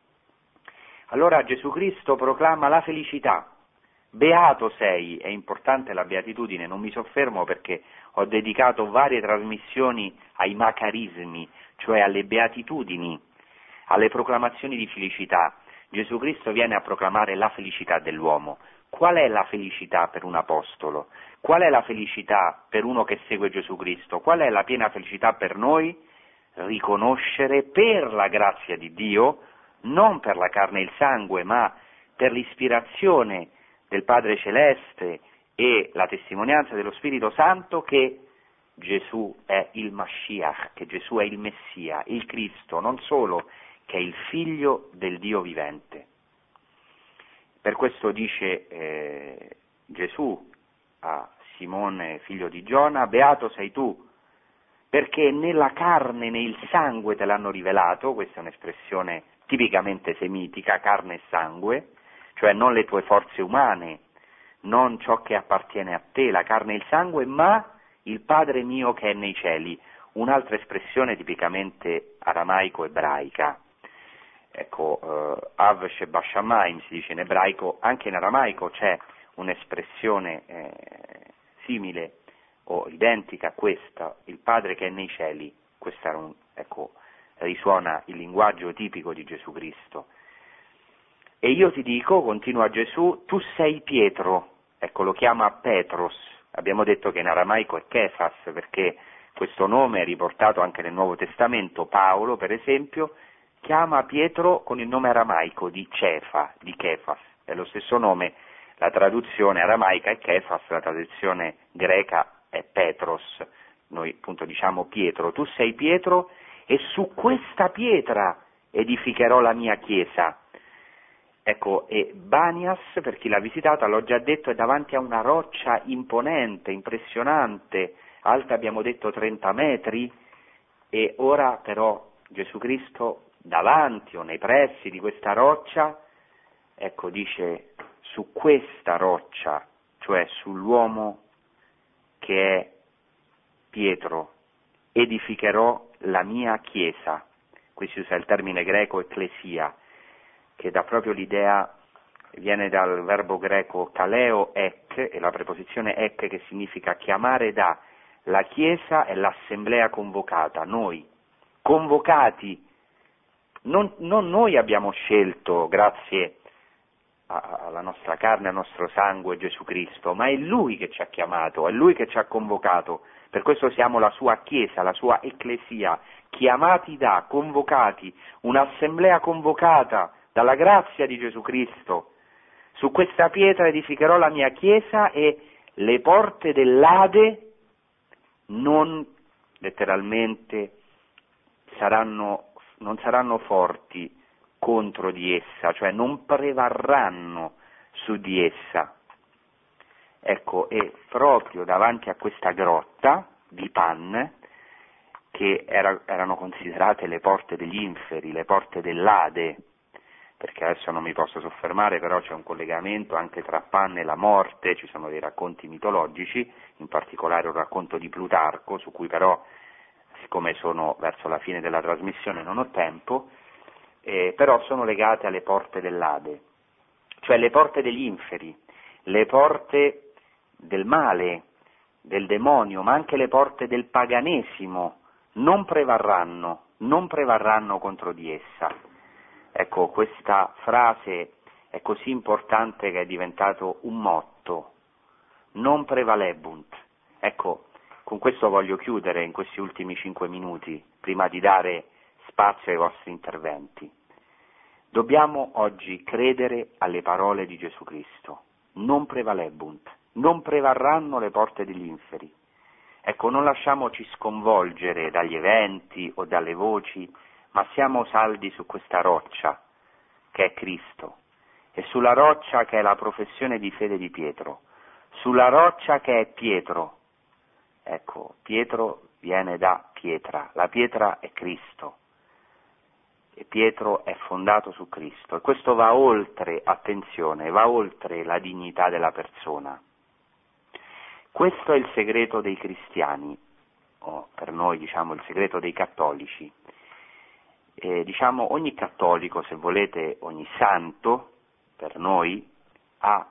Allora Gesù Cristo proclama la felicità. Beato sei, è importante la beatitudine, non mi soffermo perché ho dedicato varie trasmissioni ai macarismi, cioè alle beatitudini, alle proclamazioni di felicità. Gesù Cristo viene a proclamare la felicità dell'uomo. Qual è la felicità per un apostolo? Qual è la felicità per uno che segue Gesù Cristo? Qual è la piena felicità per noi? Riconoscere per la grazia di Dio, non per la carne e il sangue, ma per l'ispirazione del Padre Celeste e la testimonianza dello Spirito Santo, che Gesù è il Mashiach, che Gesù è il Messia, il Cristo, non solo, che è il Figlio del Dio vivente. Per questo dice eh, Gesù a Simone, figlio di Giona: beato sei tu, perché né la carne né il sangue te l'hanno rivelato. Questa è un'espressione tipicamente semitica, carne e sangue, cioè non le tue forze umane, non ciò che appartiene a te, la carne e il sangue, ma il Padre mio che è nei cieli. Un'altra espressione tipicamente aramaico-ebraica. Ecco, eh, Av Sheba Shamayim si dice in ebraico, anche in aramaico c'è un'espressione eh, simile o identica a questa, il Padre che è nei cieli. Questo era un, ecco, risuona il linguaggio tipico di Gesù Cristo. E io ti dico, continua Gesù, tu sei Pietro. Ecco, lo chiama Petros. Abbiamo detto che in aramaico è Kefas, perché questo nome è riportato anche nel Nuovo Testamento. Paolo, per esempio, chiama Pietro con il nome aramaico di Cefa, di Kefas, è lo stesso nome, la traduzione aramaica è Kefas, la traduzione greca è Petros, noi appunto diciamo Pietro, tu sei Pietro e su questa pietra edificherò la mia chiesa. Ecco, e Banias, per chi l'ha visitata, l'ho già detto, è davanti a una roccia imponente, impressionante, alta abbiamo detto trenta metri, e ora però Gesù Cristo davanti o nei pressi di questa roccia, ecco, dice, su questa roccia, cioè sull'uomo che è Pietro, edificherò la mia chiesa. Qui si usa il termine greco ecclesia, che dà proprio l'idea, viene dal verbo greco kaleo ek, e la preposizione ek che significa chiamare da. La Chiesa è l'assemblea convocata, noi, convocati, non, non noi abbiamo scelto, grazie a, alla nostra carne, al nostro sangue, Gesù Cristo, ma è Lui che ci ha chiamato, è Lui che ci ha convocato, per questo siamo la sua Chiesa, la sua ecclesia, chiamati da, convocati, un'assemblea convocata dalla grazia di Gesù Cristo. Su questa pietra edificherò la mia Chiesa e le porte dell'Ade non letteralmente saranno, non saranno forti contro di essa, cioè non prevarranno su di essa. Ecco, e proprio davanti a questa grotta di Pan, che era, erano considerate le porte degli inferi, le porte dell'Ade, perché adesso non mi posso soffermare, però c'è un collegamento anche tra Pan e la morte, ci sono dei racconti mitologici, in particolare un racconto di Plutarco, su cui però, siccome sono verso la fine della trasmissione, non ho tempo, eh, però sono legate alle porte dell'Ade, cioè le porte degli inferi, le porte del male, del demonio, ma anche le porte del paganesimo, non prevarranno, non prevarranno contro di essa. Ecco, questa frase è così importante che è diventato un motto, non prevalebunt. Ecco, con questo voglio chiudere in questi ultimi cinque minuti, prima di dare spazio ai vostri interventi. Dobbiamo oggi credere alle parole di Gesù Cristo, non prevalebunt, non prevarranno le porte degli inferi. Ecco, non lasciamoci sconvolgere dagli eventi o dalle voci, ma siamo saldi su questa roccia, che è Cristo, e sulla roccia che è la professione di fede di Pietro, sulla roccia che è Pietro. Ecco, Pietro viene da pietra, la pietra è Cristo, e Pietro è fondato su Cristo, e questo va oltre, attenzione, va oltre la dignità della persona. Questo è il segreto dei cristiani, o per noi diciamo il segreto dei cattolici. Eh, diciamo ogni cattolico, se volete ogni santo, per noi, ha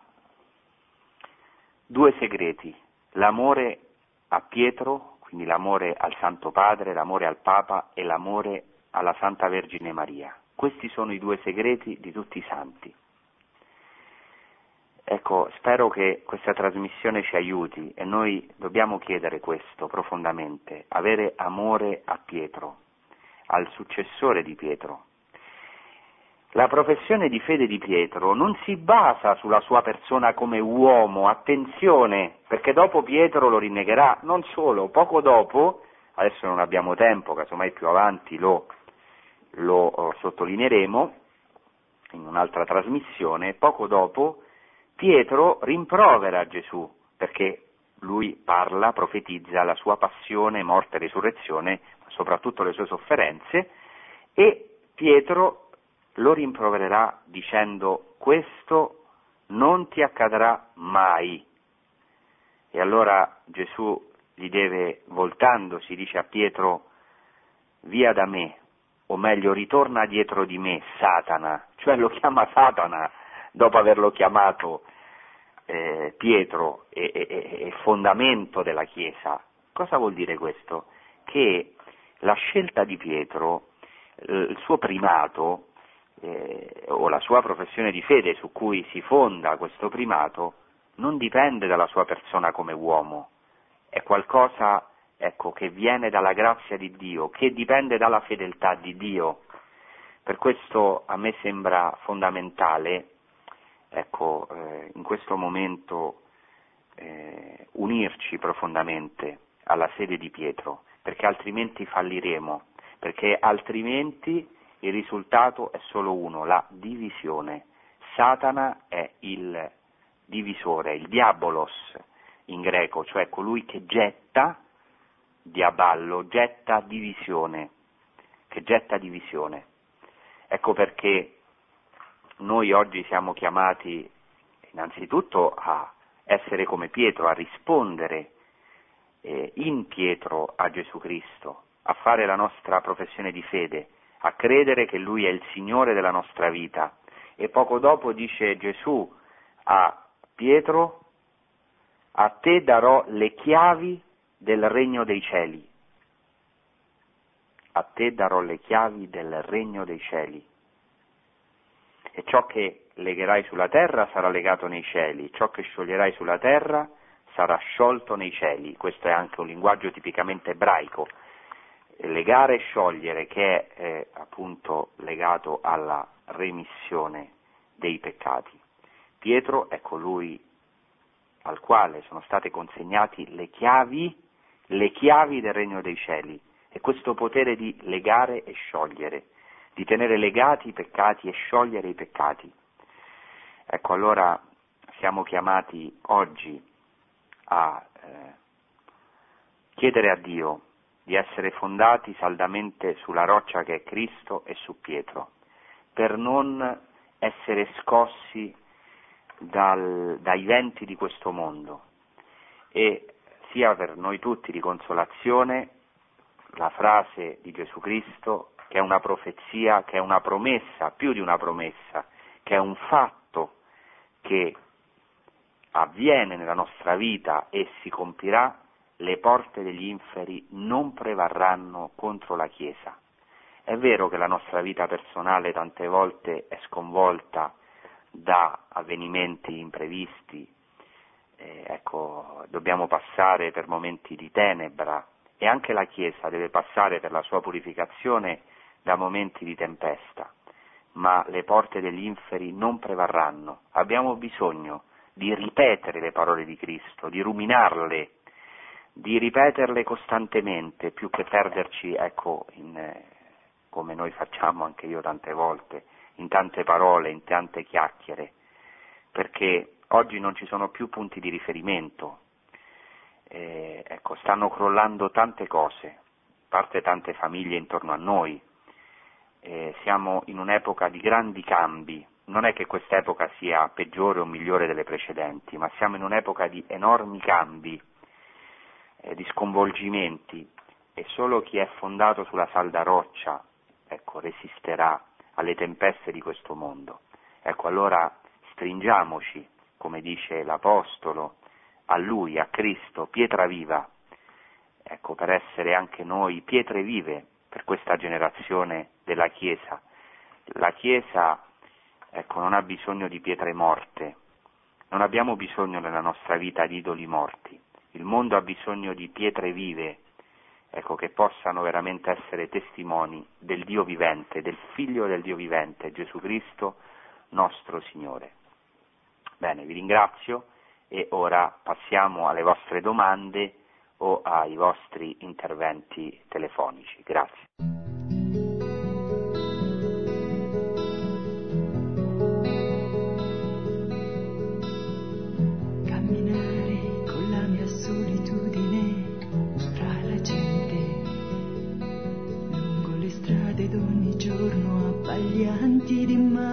due segreti, l'amore a Pietro, quindi l'amore al Santo Padre, l'amore al Papa e l'amore alla Santa Vergine Maria. Questi sono i due segreti di tutti i santi. Ecco, spero che questa trasmissione ci aiuti e noi dobbiamo chiedere questo profondamente, avere amore a Pietro, al successore di Pietro. La professione di fede di Pietro non si basa sulla sua persona come uomo, attenzione, perché dopo Pietro lo rinnegherà, non solo, poco dopo, adesso non abbiamo tempo, casomai più avanti lo, lo sottolineeremo in un'altra trasmissione, poco dopo Pietro rimprovera Gesù, perché lui parla, profetizza la sua passione, morte e risurrezione, ma soprattutto le sue sofferenze, e Pietro lo rimprovererà dicendo: questo non ti accadrà mai. E allora Gesù gli deve, voltandosi, dice a Pietro: via da me, o meglio ritorna dietro di me, Satana, cioè lo chiama Satana dopo averlo chiamato eh, Pietro e, e, e fondamento della Chiesa. Cosa vuol dire questo? Che la scelta di Pietro, eh, il suo primato, eh, o la sua professione di fede su cui si fonda questo primato, non dipende dalla sua persona come uomo, è qualcosa, ecco, che viene dalla grazia di Dio, che dipende dalla fedeltà di Dio. Per questo a me sembra fondamentale, ecco, eh, in questo momento eh, unirci profondamente alla fede di Pietro, perché altrimenti falliremo, perché altrimenti il risultato è solo uno, la divisione. Satana è il divisore, il diabolos in greco, cioè colui che getta, diaballo, getta divisione, che getta divisione. Ecco perché noi oggi siamo chiamati innanzitutto a essere come Pietro, a rispondere eh, in Pietro a Gesù Cristo, a fare la nostra professione di fede, a credere che Lui è il Signore della nostra vita. E poco dopo dice Gesù a Pietro: a te darò le chiavi del regno dei cieli. A te darò le chiavi del regno dei cieli. E ciò che legherai sulla terra sarà legato nei cieli, ciò che scioglierai sulla terra sarà sciolto nei cieli. Questo è anche un linguaggio tipicamente ebraico, legare e sciogliere, che è eh, appunto legato alla remissione dei peccati. Pietro è colui al quale sono state consegnate le chiavi, le chiavi del regno dei cieli, e questo potere di legare e sciogliere, di tenere legati i peccati e sciogliere i peccati. Ecco, allora siamo chiamati oggi a eh, chiedere a Dio di essere fondati saldamente sulla roccia che è Cristo e su Pietro, per non essere scossi dal, dai venti di questo mondo, e sia per noi tutti di consolazione la frase di Gesù Cristo, che è una profezia, che è una promessa, più di una promessa, che è un fatto che avviene nella nostra vita e si compirà: le porte degli inferi non prevarranno contro la Chiesa. È vero che la nostra vita personale tante volte è sconvolta da avvenimenti imprevisti, eh, ecco, dobbiamo passare per momenti di tenebra, e anche la Chiesa deve passare per la sua purificazione da momenti di tempesta, ma le porte degli inferi non prevarranno. Abbiamo bisogno di ripetere le parole di Cristo, di ruminarle, di ripeterle costantemente, più che perderci, ecco, in, eh, come noi facciamo anche io tante volte, in tante parole, in tante chiacchiere, perché oggi non ci sono più punti di riferimento. Eh, ecco, stanno crollando tante cose, a parte tante famiglie intorno a noi. Eh, siamo in un'epoca di grandi cambi. Non è che questa epoca sia peggiore o migliore delle precedenti, ma siamo in un'epoca di enormi cambi, eh, di sconvolgimenti, e solo chi è fondato sulla salda roccia, ecco, resisterà alle tempeste di questo mondo. Ecco, allora stringiamoci, come dice l'Apostolo, a Lui, a Cristo, pietra viva, ecco, per essere anche noi pietre vive per questa generazione della Chiesa. La Chiesa, ecco, non ha bisogno di pietre morte, non abbiamo bisogno nella nostra vita di idoli morti. Il mondo ha bisogno di pietre vive, ecco, che possano veramente essere testimoni del Dio vivente, del Figlio del Dio vivente, Gesù Cristo, nostro Signore. Bene, vi ringrazio, e ora passiamo alle vostre domande o ai vostri interventi telefonici. Grazie. Camminare con la mia solitudine fra la gente, lungo le strade d'ogni giorno abbaglianti di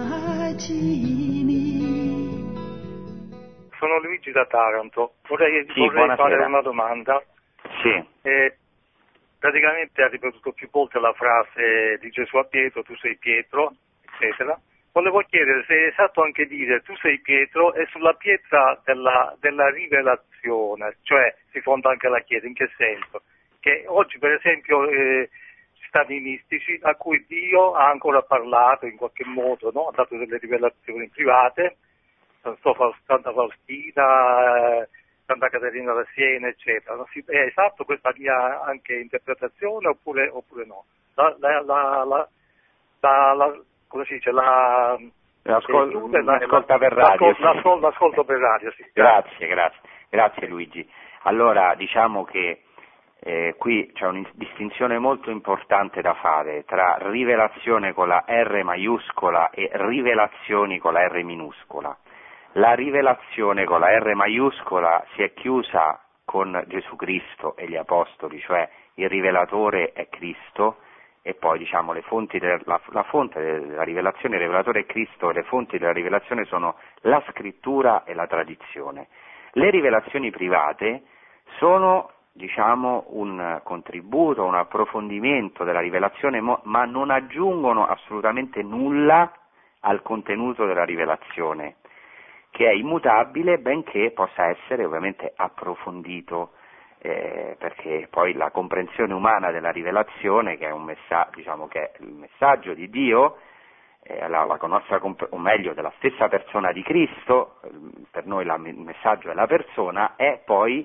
immagini. Sono Luigi da Taranto, vorrei, Sì, vorrei fare una domanda. Sì. Eh, praticamente ha ripetuto più volte la frase di Gesù a Pietro: tu sei Pietro, eccetera. Volevo chiedere se è esatto anche dire tu sei Pietro e sulla pietra della, della rivelazione, cioè si fonda anche la Chiesa. In che senso? Che oggi per esempio eh, ci stanno i mistici a cui Dio ha ancora parlato in qualche modo, no? Ha dato delle rivelazioni private, Santa Faustina, eh, Santa Caterina da Siena, eccetera. È esatto questa mia anche interpretazione oppure, oppure no? La, la, la, la, la, la, come si dice? La, L'ascol- la, l'ascolta per radio. L'ascol- sì. l'ascol- l'ascolto per radio, sì. Grazie, grazie. Grazie Luigi. Allora, diciamo che eh, qui c'è una distinzione molto importante da fare tra rivelazione con la R maiuscola e rivelazioni con la R minuscola. La rivelazione con la R maiuscola si è chiusa con Gesù Cristo e gli Apostoli, cioè il rivelatore è Cristo, e poi diciamo le fonti de, la, la fonte della rivelazione, il rivelatore è Cristo, e le fonti della rivelazione sono la scrittura e la tradizione. Le rivelazioni private sono diciamo un contributo, un approfondimento della rivelazione, ma non aggiungono assolutamente nulla al contenuto della rivelazione, che è immutabile, benché possa essere ovviamente approfondito, eh, perché poi la comprensione umana della rivelazione, che è un messaggio, diciamo che è il messaggio di Dio, eh, la, la nostra, o meglio della stessa persona di Cristo, per noi la, il messaggio è la persona, è poi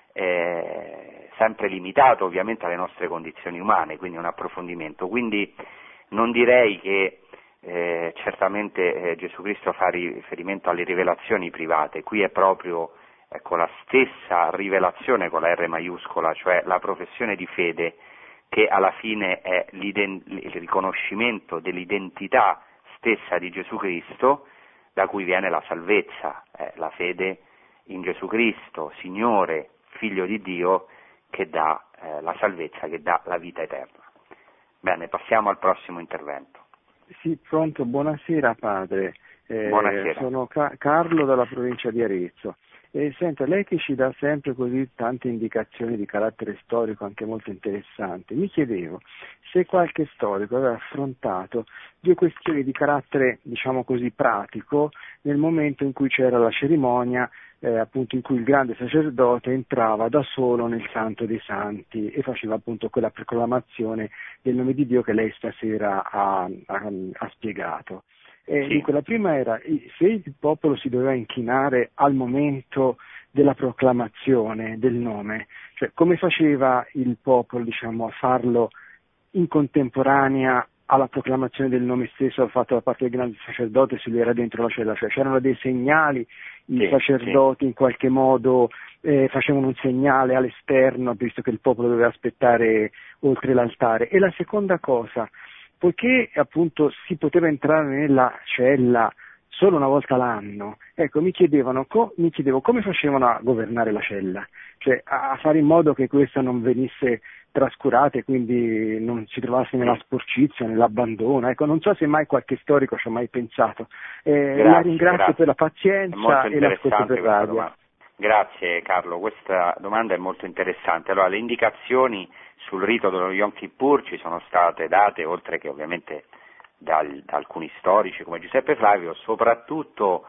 eh, sempre limitato ovviamente alle nostre condizioni umane, quindi un approfondimento. Quindi non direi che Eh, certamente eh, Gesù Cristo fa riferimento alle rivelazioni private, qui è proprio ecco, la stessa rivelazione con la R maiuscola, cioè la professione di fede, che alla fine è il riconoscimento dell'identità stessa di Gesù Cristo, da cui viene la salvezza, eh, la fede in Gesù Cristo, Signore, Figlio di Dio, che dà eh, la salvezza, che dà la vita eterna. Bene, passiamo al prossimo intervento. Sì, pronto, buonasera padre, eh, buonasera. Sono Ca- Carlo dalla provincia di Arezzo. E senta, lei che ci dà sempre così tante indicazioni di carattere storico anche molto interessanti, mi chiedevo se qualche storico aveva affrontato due questioni di carattere, diciamo così, pratico nel momento in cui c'era la cerimonia, eh, appunto in cui il grande sacerdote entrava da solo nel Santo dei Santi e faceva appunto quella proclamazione del nome di Dio che lei stasera ha, ha, ha spiegato. Eh, sì. Dunque, la prima era se il popolo si doveva inchinare al momento della proclamazione del nome, cioè come faceva il popolo, diciamo, a farlo in contemporanea alla proclamazione del nome stesso fatto da parte del grande sacerdote se lui era dentro la cella, cioè c'erano dei segnali, i sì, sacerdoti sì. in qualche modo eh, facevano un segnale all'esterno, visto che il popolo doveva aspettare oltre l'altare. E la seconda cosa, poiché appunto si poteva entrare nella cella solo una volta l'anno, ecco, mi chiedevano, co- mi chiedevo come facevano a governare la cella, cioè a, a fare in modo che questa non venisse trascurata e quindi non si trovasse nella sporcizia, nell'abbandono, ecco, non so se mai qualche storico ci ha mai pensato. Eh, grazie, la ringrazio grazie. per la pazienza e l'ascolto per radio. Domanda. Grazie Carlo, questa domanda è molto interessante. Allora, le indicazioni sul rito dello Yom Kippur ci sono state date, oltre che ovviamente dal, da alcuni storici come Giuseppe Flavio, soprattutto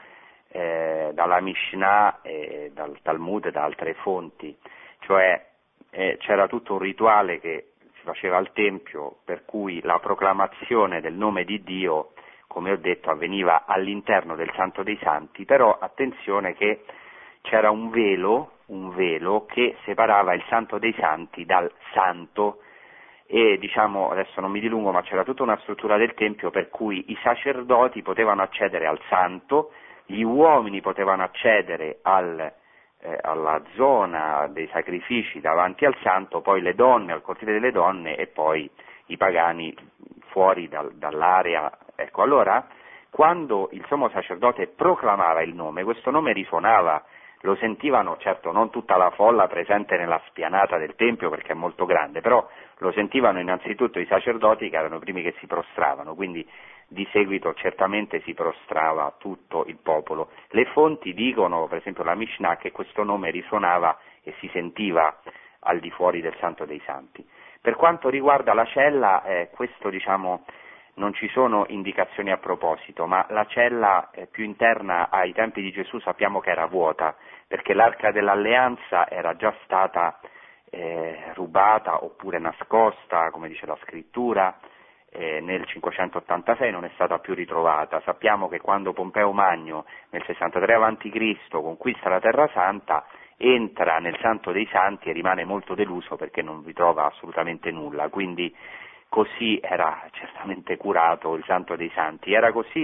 eh, dalla Mishnah e dal Talmud e da altre fonti, cioè eh, c'era tutto un rituale che si faceva al Tempio, per cui la proclamazione del nome di Dio, come ho detto, avveniva all'interno del Santo dei Santi, però attenzione che c'era un velo, un velo che separava il Santo dei Santi dal Santo, e diciamo, adesso non mi dilungo, ma c'era tutta una struttura del Tempio per cui i sacerdoti potevano accedere al Santo, gli uomini potevano accedere al, eh, alla zona dei sacrifici davanti al Santo, poi le donne al cortile delle donne e poi i pagani fuori dal, dall'area. Ecco, allora, quando il sommo sacerdote proclamava il nome, questo nome risuonava, lo sentivano, certo non tutta la folla presente nella spianata del Tempio perché è molto grande, però lo sentivano innanzitutto i sacerdoti che erano i primi che si prostravano, quindi di seguito certamente si prostrava tutto il popolo. Le fonti dicono, per esempio la Mishnah, che questo nome risuonava e si sentiva al di fuori del Santo dei Santi. Per quanto riguarda la cella, eh, questo diciamo non ci sono indicazioni a proposito, ma la cella eh, più interna ai tempi di Gesù sappiamo che era vuota, perché l'Arca dell'Alleanza era già stata eh, rubata oppure nascosta, come dice la Scrittura, eh, nel cinquecentottantasei non è stata più ritrovata. Sappiamo che quando Pompeo Magno nel sessantatré avanti Cristo conquista la Terra Santa, entra nel Santo dei Santi e rimane molto deluso perché non vi trova assolutamente nulla, quindi così era certamente curato il Santo dei Santi, era così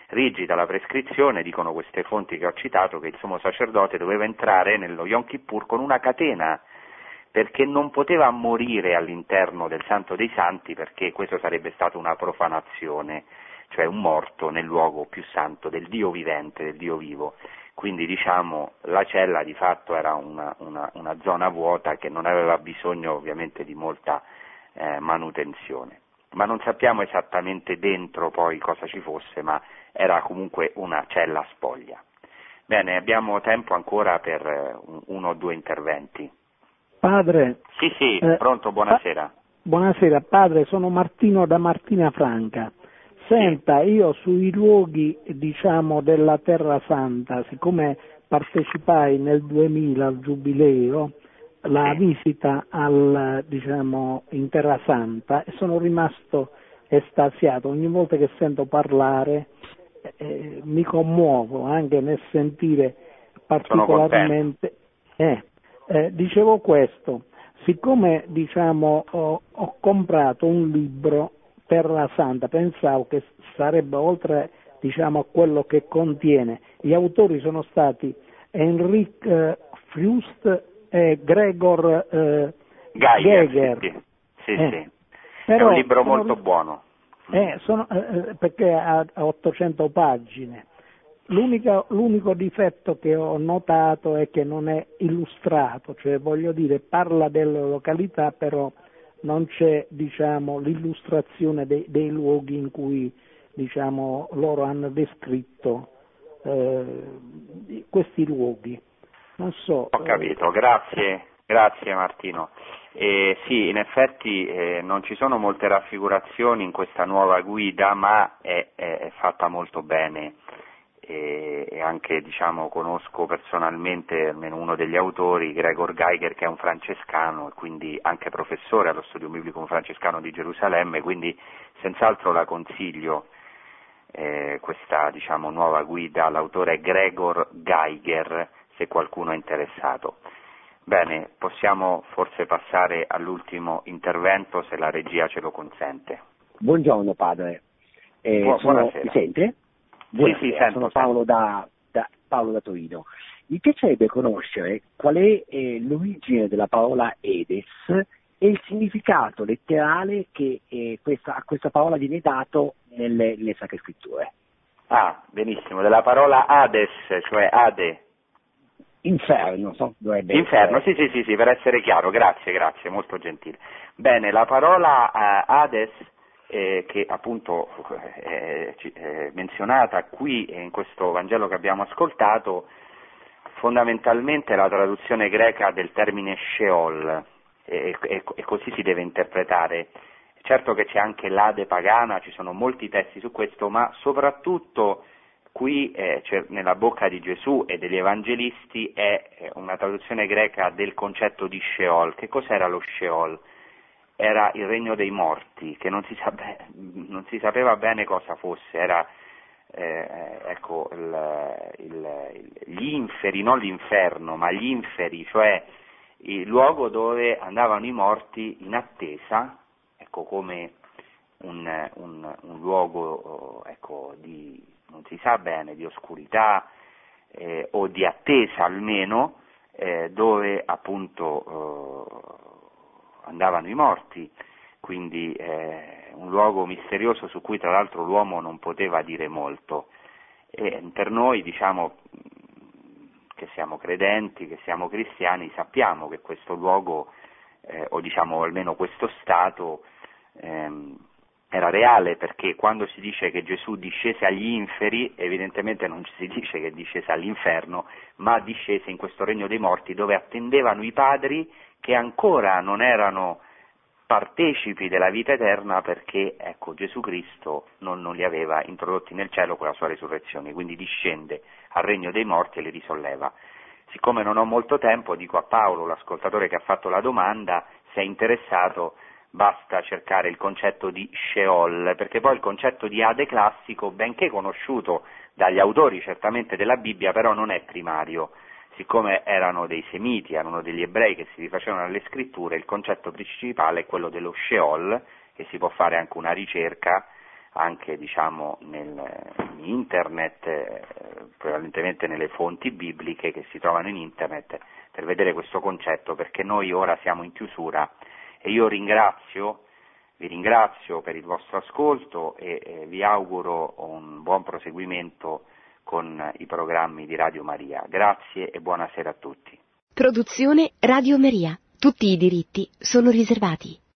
rigida la prescrizione, dicono queste fonti che ho citato, che il sommo sacerdote doveva entrare nello Yom Kippur con una catena, perché non poteva morire all'interno del Santo dei Santi, perché questo sarebbe stata una profanazione, cioè un morto nel luogo più santo del Dio vivente, del Dio vivo. Quindi diciamo la cella di fatto era una, una, una zona vuota che non aveva bisogno ovviamente di molta eh, manutenzione. Ma non sappiamo esattamente dentro poi cosa ci fosse, ma era comunque una cella spoglia. Bene, abbiamo tempo ancora per eh, uno o due interventi. Padre. Sì, sì, eh, pronto, buonasera. Pa- buonasera, padre, sono Martino da Martina Franca. Senta, sì. Io sui luoghi, diciamo, della Terra Santa, siccome partecipai nel duemila al Giubileo, la sì. visita al, diciamo, in Terra Santa, e sono rimasto estasiato. Ogni volta che sento parlare eh, mi commuovo anche nel sentire particolarmente. Eh, eh, dicevo questo, siccome diciamo ho, ho comprato un libro Terra Santa, pensavo che sarebbe oltre diciamo a quello che contiene. Gli autori sono stati Henrik eh, Fust e Gregor eh, Geiger. Geiger. Sì, sì, eh, sì. Però, è un libro sono, molto buono. Eh, sono, eh, perché ha, ha ottocento pagine. L'unica, l'unico difetto che ho notato è che non è illustrato, cioè voglio dire parla delle località, però non c'è diciamo l'illustrazione dei, dei luoghi in cui diciamo loro hanno descritto eh, questi luoghi. Non so. Ho capito, grazie, grazie Martino. Eh, sì, in effetti eh, non ci sono molte raffigurazioni in questa nuova guida, ma è, è, è fatta molto bene. E anche diciamo conosco personalmente almeno uno degli autori, Gregor Geiger, che è un francescano e quindi anche professore allo studio biblico francescano di Gerusalemme, quindi senz'altro la consiglio eh, questa diciamo nuova guida. L'autore è Gregor Geiger, se qualcuno è interessato. Bene, possiamo forse passare all'ultimo intervento, se la regia ce lo consente. Buongiorno padre. Eh, Bu- sono... buonasera. Mi sente? Buonasera, sì, sì, sento, sono Paolo da, da, Paolo da Torino. Mi piacerebbe conoscere qual è eh, l'origine della parola Edes e il significato letterale che eh, questa, a questa parola viene dato nelle, nelle Sacre Scritture. Ah, benissimo, della parola Hades, cioè Ade. Inferno, so, dovrebbe Inferno, essere... sì, sì, sì, sì, per essere chiaro, grazie, grazie, molto gentile. Bene, la parola uh, Hades, eh, che appunto è, è menzionata qui in questo Vangelo che abbiamo ascoltato, fondamentalmente è la traduzione greca del termine Sheol, e, e, e così si deve interpretare. Certo che c'è anche l'Ade pagana, ci sono molti testi su questo, ma soprattutto qui eh, cioè, nella bocca di Gesù e degli evangelisti è una traduzione greca del concetto di Sheol. Che cos'era lo Sheol? Era il regno dei morti, che non si, sape- non si sapeva bene cosa fosse, era eh, ecco, il, il, gli inferi, non l'inferno, ma gli inferi, cioè il luogo dove andavano i morti in attesa, ecco, come un, un, un luogo ecco, di, non si sa bene, di oscurità eh, o di attesa almeno, eh, dove appunto eh, andavano i morti, quindi eh, un luogo misterioso su cui tra l'altro l'uomo non poteva dire molto. E per noi, diciamo, che siamo credenti, che siamo cristiani, sappiamo che questo luogo, eh, o diciamo almeno questo stato, ehm, era reale, perché quando si dice che Gesù discese agli inferi, evidentemente non si dice che discese all'inferno, ma discese in questo regno dei morti dove attendevano i padri che ancora non erano partecipi della vita eterna, perché ecco, Gesù Cristo non, non li aveva introdotti nel cielo con la sua resurrezione, quindi discende al regno dei morti e li risolleva. Siccome non ho molto tempo, dico a Paolo, l'ascoltatore che ha fatto la domanda, se è interessato basta cercare il concetto di Sheol, perché poi il concetto di Ade classico, benché conosciuto dagli autori certamente della Bibbia, però non è primario. Siccome erano dei semiti, erano degli ebrei che si rifacevano alle scritture, il concetto principale è quello dello Sheol, che si può fare anche una ricerca anche diciamo nel, in internet, eh, prevalentemente nelle fonti bibliche che si trovano in internet, per vedere questo concetto, perché noi ora siamo in chiusura e io ringrazio, vi ringrazio per il vostro ascolto e eh, vi auguro un buon proseguimento con i programmi di Radio Maria. Grazie e buonasera a tutti. Produzione Radio Maria. Tutti i diritti sono riservati.